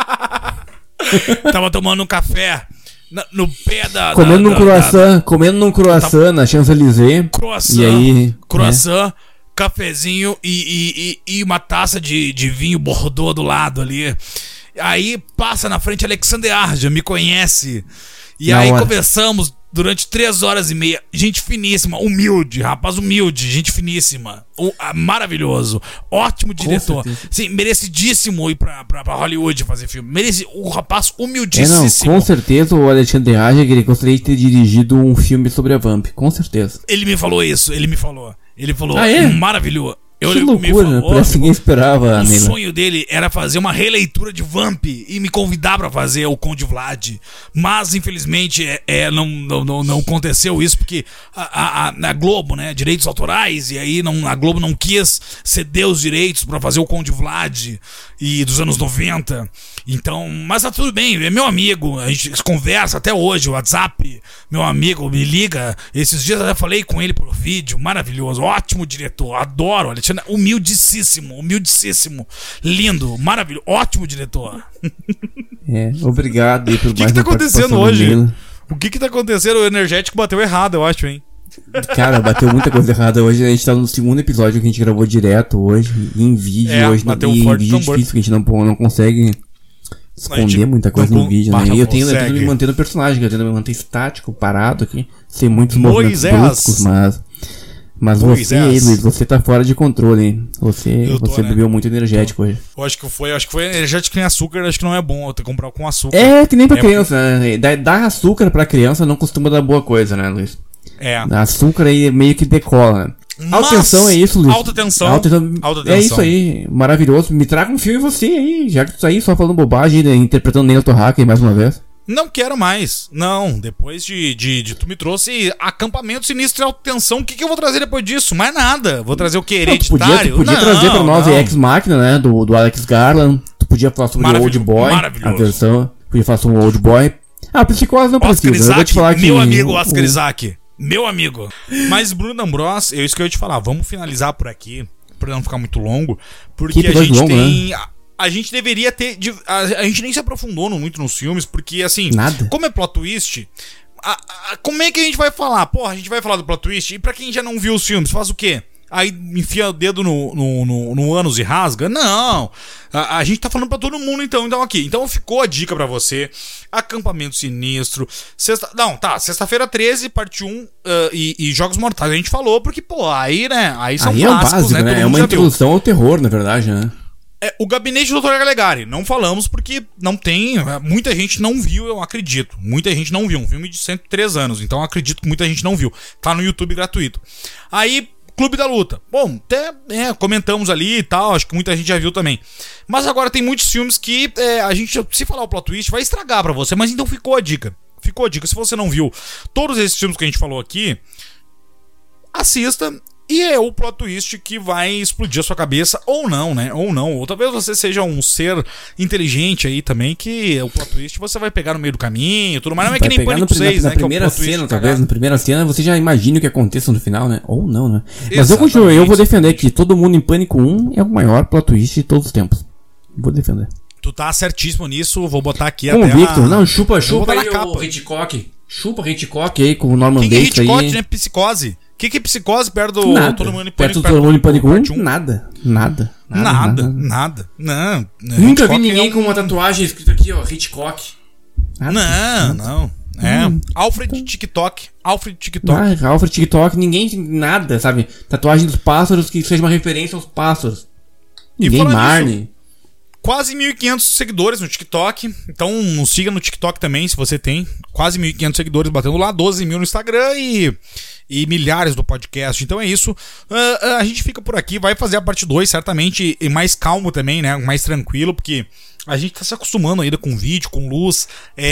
Tava tomando um café na, no pé da... Comendo da, num da, croissant, da, comendo num croissant na Champs-Élysées. Croissant, e aí, croissant, né? Cafezinho e, e, e, e uma taça de, de vinho Bordeaux do lado ali. Aí passa na frente Alexander Arja, me conhece. E na aí hora. conversamos durante três horas e meia. Gente finíssima, humilde, rapaz humilde, gente finíssima. Um, ah, maravilhoso, ótimo diretor. Sim, merecidíssimo ir pra, pra, pra Hollywood fazer filme. Mereci, o rapaz humildíssimo. É, não, com certeza o Alexander Aja ele gostaria de ter dirigido um filme sobre a Vamp, com certeza. Ele me falou isso, ele me falou. Ele falou, ah, é? maravilhoso. Eu, que ele loucura, me falou, parece que ninguém esperava. O Nela. sonho dele era fazer uma releitura de Vamp e me convidar pra fazer o Conde Vlad. Mas, infelizmente, é, é, não, não, não aconteceu isso porque a, a, a Globo, né, direitos autorais, e aí não, a Globo não quis ceder os direitos pra fazer o Conde Vlad e dos anos noventa. Então, mas tá tudo bem, é meu amigo, a gente conversa até hoje, o WhatsApp, meu amigo, me liga. Esses dias eu até falei com ele por vídeo, maravilhoso, ótimo diretor, adoro, Alexandre. Humildíssimo, humildíssimo, lindo, maravilhoso, ótimo diretor. É, obrigado aí por O que mais que tá acontecendo hoje? Nele. O que que tá acontecendo? O energético bateu errado, eu acho, hein? Cara, bateu muita coisa errada hoje. A gente tá no segundo episódio que a gente gravou direto hoje, em vídeo É, hoje. bateu E um em forte vídeo tambor. difícil, que a gente não, não consegue esconder gente muita coisa não no vídeo, con- né? não E eu tenho eu consegue. tento me manter no personagem, eu tento me manter estático, parado aqui, sem muitos Moisés. movimentos bruscos, mas... Mas Moisés. você aí, Luiz, você tá fora de controle, hein? Você, Eu tô, você né? bebeu muito energético hoje. Eu acho que foi, acho que foi energético em açúcar, acho que não é bom eu ter que comprar com açúcar. É que nem pra É criança, né? Dar, dar açúcar pra criança não costuma dar boa coisa, né, Luiz? É. Açúcar aí meio que decola, né? Mas, Alta tensão é isso, Luiz. alta tensão, Alta tensão. alta É tensão. isso aí, maravilhoso. Me traga um filme você aí, já que tu tá aí só falando bobagem, né? Interpretando Neil Torraca mais uma vez. Não quero mais. Não, depois de, de, de tu me trouxe Acampamento Sinistro e Alta Tensão, o que, que eu vou trazer depois disso? Mais nada. Vou trazer o que? Não, tu podia, Hereditário? tu podia não, trazer pra nós não. Ex Machina, né? Do, do Alex Garland. Tu podia falar sobre o Maravilhoso, Old Boy, a maravilhoso. versão. Podia falar sobre o Old Boy. Ah, Psicose não Oscar precisa. Eu vou te Isaac, falar que... meu amigo Oscar o- Isaac. Meu amigo. Mas, Bruno Ambrós, é isso que eu ia te falar. Vamos finalizar por aqui, pra não ficar muito longo. Porque Que a episódio gente longo, tem... A, a gente deveria ter... de- A, a gente nem se aprofundou no- muito nos filmes, porque, assim... Nada. Como é plot twist... a- a- como é que a gente vai falar? Porra, a gente vai falar do plot twist. E pra quem já não viu os filmes, faz o quê? Aí enfia o dedo no, no, no, no ânus e rasga? Não! A, a gente tá falando pra todo mundo, então. Então, aqui. Então ficou a dica pra você. Acampamento Sinistro. Sexta... Não, tá. Sexta-feira treze, parte um. Uh, e, e Jogos Mortais. A gente falou porque, pô, aí, né? Aí são Aí é o clássicos, básico, né? né? Todo É mundo uma já viu. introdução ao terror, na verdade, né? É, o Gabinete do doutor Caligari. Não falamos porque não tem... Muita gente não viu, eu acredito. Muita gente não viu. Um filme de cento e três anos. Então eu acredito que muita gente não viu. Tá no YouTube gratuito. Aí... Clube da Luta. Bom, até é, comentamos ali e tal, acho que muita gente já viu também. Mas agora tem muitos filmes que é, a gente, se falar o plot twist, vai estragar pra você. Mas então ficou a dica. Ficou a dica. Se você não viu todos esses filmes que a gente falou aqui, assista E é o plot twist que vai explodir a sua cabeça, ou não, né? Ou não. Ou talvez você seja um ser inteligente aí também, que o plot twist você vai pegar no meio do caminho, tudo mais. Não é vai que nem Pânico seis, na, né? Na primeira que é cena, talvez, na primeira cena, você já imagina o que aconteça no final, né? Ou não, né? Mas Exatamente. eu continuo, eu vou defender que Todo Mundo em Pânico um é o maior plot twist de todos os tempos. Vou defender. Tu tá certíssimo nisso, vou botar aqui Convicto. até a... Não, chupa, chupa aí o Hitchcock. Chupa Hitchcock aí com o Norman Bates aí. Quem é Hitchcock, né? Psicose. O que, que é Psicose perto do nada. Todo Mundo em Pânico? Perto do Todo Mundo em Pânico um? Nada. Nada. Nada, nada. nada. Não. Nunca vi ninguém é um... com uma tatuagem escrita aqui, ó, Hitchcock. Nada, não, nada. não. É. Hum, Alfred então... TikTok. Alfred TikTok. Ah, Alfred TikTok, ninguém, nada, sabe? Tatuagem dos pássaros que seja uma referência aos pássaros. Ninguém Marne. Nisso, quase mil e quinhentos seguidores no TikTok. Então nos siga no TikTok também, se você tem. Quase mil e quinhentos seguidores batendo lá, doze mil no Instagram e, e milhares do podcast. Então é isso. Uh, uh, a gente fica por aqui, vai fazer a parte dois, certamente, e mais calmo também, né? Mais tranquilo, porque a gente tá se acostumando ainda com vídeo, com luz.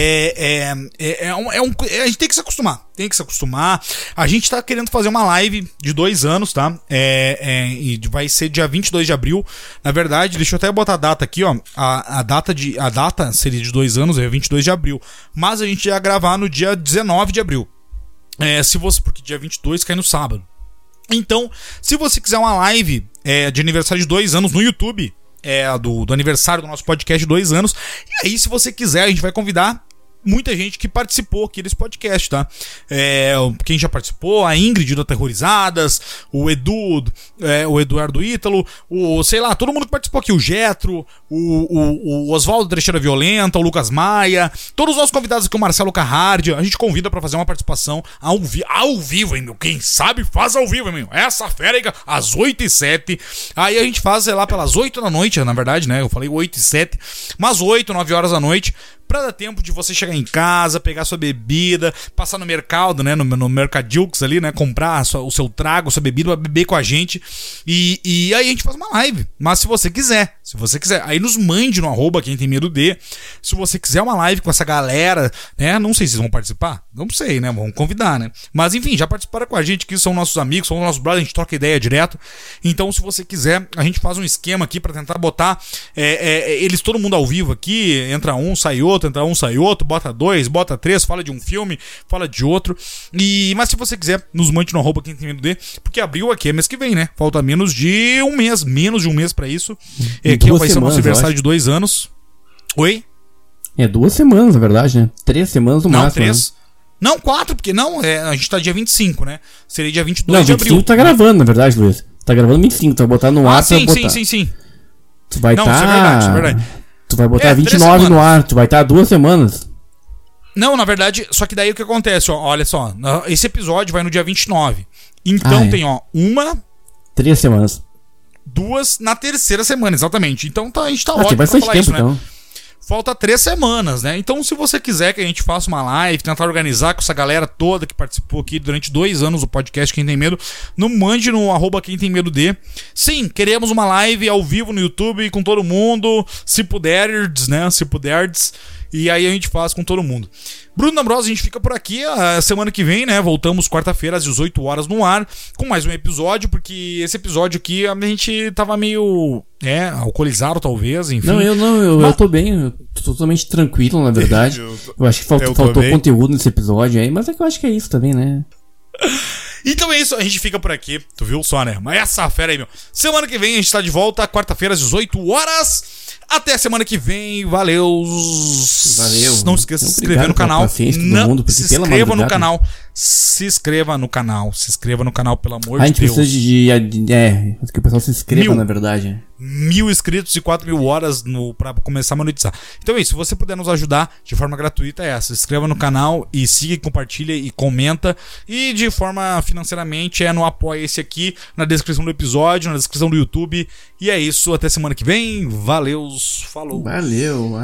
É, é, é, é, um, é um. A gente tem que se acostumar. Tem que se acostumar. A gente tá querendo fazer uma live de dois anos, tá? É, é, e vai ser dia vinte e dois de abril. Na verdade, deixa eu até botar a data aqui, ó. A, a, data, de, a data seria de dois anos, é vinte e dois de abril. Mas a gente ia gravar no dia dezenove de abril. É, se você, porque dia vinte e dois cai no sábado. Então, se você quiser uma live é, de aniversário de dois anos no YouTube, é, do, do aniversário do nosso podcast de dois anos, e aí, se você quiser, a gente vai convidar muita gente que participou aqui desse podcast, tá? É, quem já participou, a Ingrid do Aterrorizadas, o Edu, é, o Eduardo Ítalo, o, sei lá, todo mundo que participou aqui, o Getro, o, o, o Oswaldo Trecheira Violenta, o Lucas Maia, todos os nossos convidados aqui, o Marcelo Carrardi, a gente convida pra fazer uma participação ao, vi- ao vivo, hein, meu? Quem sabe faz ao vivo, hein, meu? Essa fera aí, às oito e sete, aí a gente faz, sei lá, pelas oito da noite, na verdade, né? Eu falei oito e sete, mas oito, nove horas da noite, pra dar tempo de você chegar em casa, pegar sua bebida, passar no mercado, né, no, no Mercadilux ali, né, comprar sua, o seu trago, sua bebida, pra beber com a gente, e, e aí a gente faz uma live, mas se você quiser, se você quiser, aí nos mande no arroba quem tem medo de, se você quiser uma live com essa galera, né, não sei se vocês vão participar, não sei, né, vamos convidar, né, mas enfim, já participaram com a gente, que são nossos amigos, são nossos brothers, a gente troca ideia direto, então se você quiser, a gente faz um esquema aqui pra tentar botar é, é, eles todo mundo ao vivo aqui, entra um, sai outro, entra um, sai outro, bota dois, bota três, fala de um filme, fala de outro. E, mas se você quiser, nos mande no arroba quem tem medo de, porque abriu aqui é mês que vem, né? Falta menos de um mês, menos de um mês pra isso. É, que vai ser o nosso aniversário de dois anos. Oi? É duas semanas, na verdade, né? Três semanas no não, máximo. Três. Né? Não, quatro, porque não, é, a gente tá dia vinte e cinco, né? Seria dia vinte e dois não, de abril. vinte e cinco tá gravando, na verdade, Luiz. Tá gravando vinte e cinco, tu vai botar no ah, ar. Sim, botar. sim, sim, sim. Tu vai não, tá... isso é verdade, isso é verdade. Tu vai botar é, vinte e nove no ar, tu vai estar tá duas semanas. Não, na verdade, só que daí o que acontece, ó, olha só, esse episódio vai no dia vinte e nove. Então ah, é. tem, ó, uma... Três semanas. Duas na terceira semana, exatamente. Então tá, a gente tá ah, ótimo tem bastante pra falar tempo, isso, né? Então. Falta três semanas, né? Então, se você quiser que a gente faça uma live, tentar organizar com essa galera toda que participou aqui durante dois anos do podcast Quem Tem Medo, não mande no arroba Quem Tem Medo de. Sim, queremos uma live ao vivo no YouTube com todo mundo, se puderdes, né? Se puderdes. E aí a gente faz com todo mundo. Bruno D'Ambrosi, a gente fica por aqui. A semana que vem, né? Voltamos quarta-feira às dezoito horas no ar com mais um episódio, porque esse episódio aqui a gente tava meio, é, alcoolizado talvez, enfim. Não, eu não, eu, Mas... eu tô bem, eu tô totalmente tranquilo, na verdade. eu, tô... eu acho que faltou, faltou conteúdo nesse episódio aí, mas é que eu acho que é isso também, né? Então é isso, a gente fica por aqui. Tu viu só, né? Mas essa fera aí, meu. Semana que vem a gente tá de volta, quarta-feira às dezoito horas. Até semana que vem, valeu. Valeu. Não esqueça de se inscrever no canal. Não, mundo, se inscreva no canal. Se inscreva no canal. Se inscreva no canal, pelo amor a de Deus. A gente precisa de, de... É, que o pessoal se inscreva, mil, na verdade. Mil inscritos e quatro mil horas no, pra começar a monetizar. Então é isso, se você puder nos ajudar de forma gratuita, é essa. Se inscreva no canal e siga, compartilha e comenta. E de forma financeiramente é no apoia esse aqui, na descrição do episódio, na descrição do YouTube. E é isso, até semana que vem. Valeu, falou. Valeu.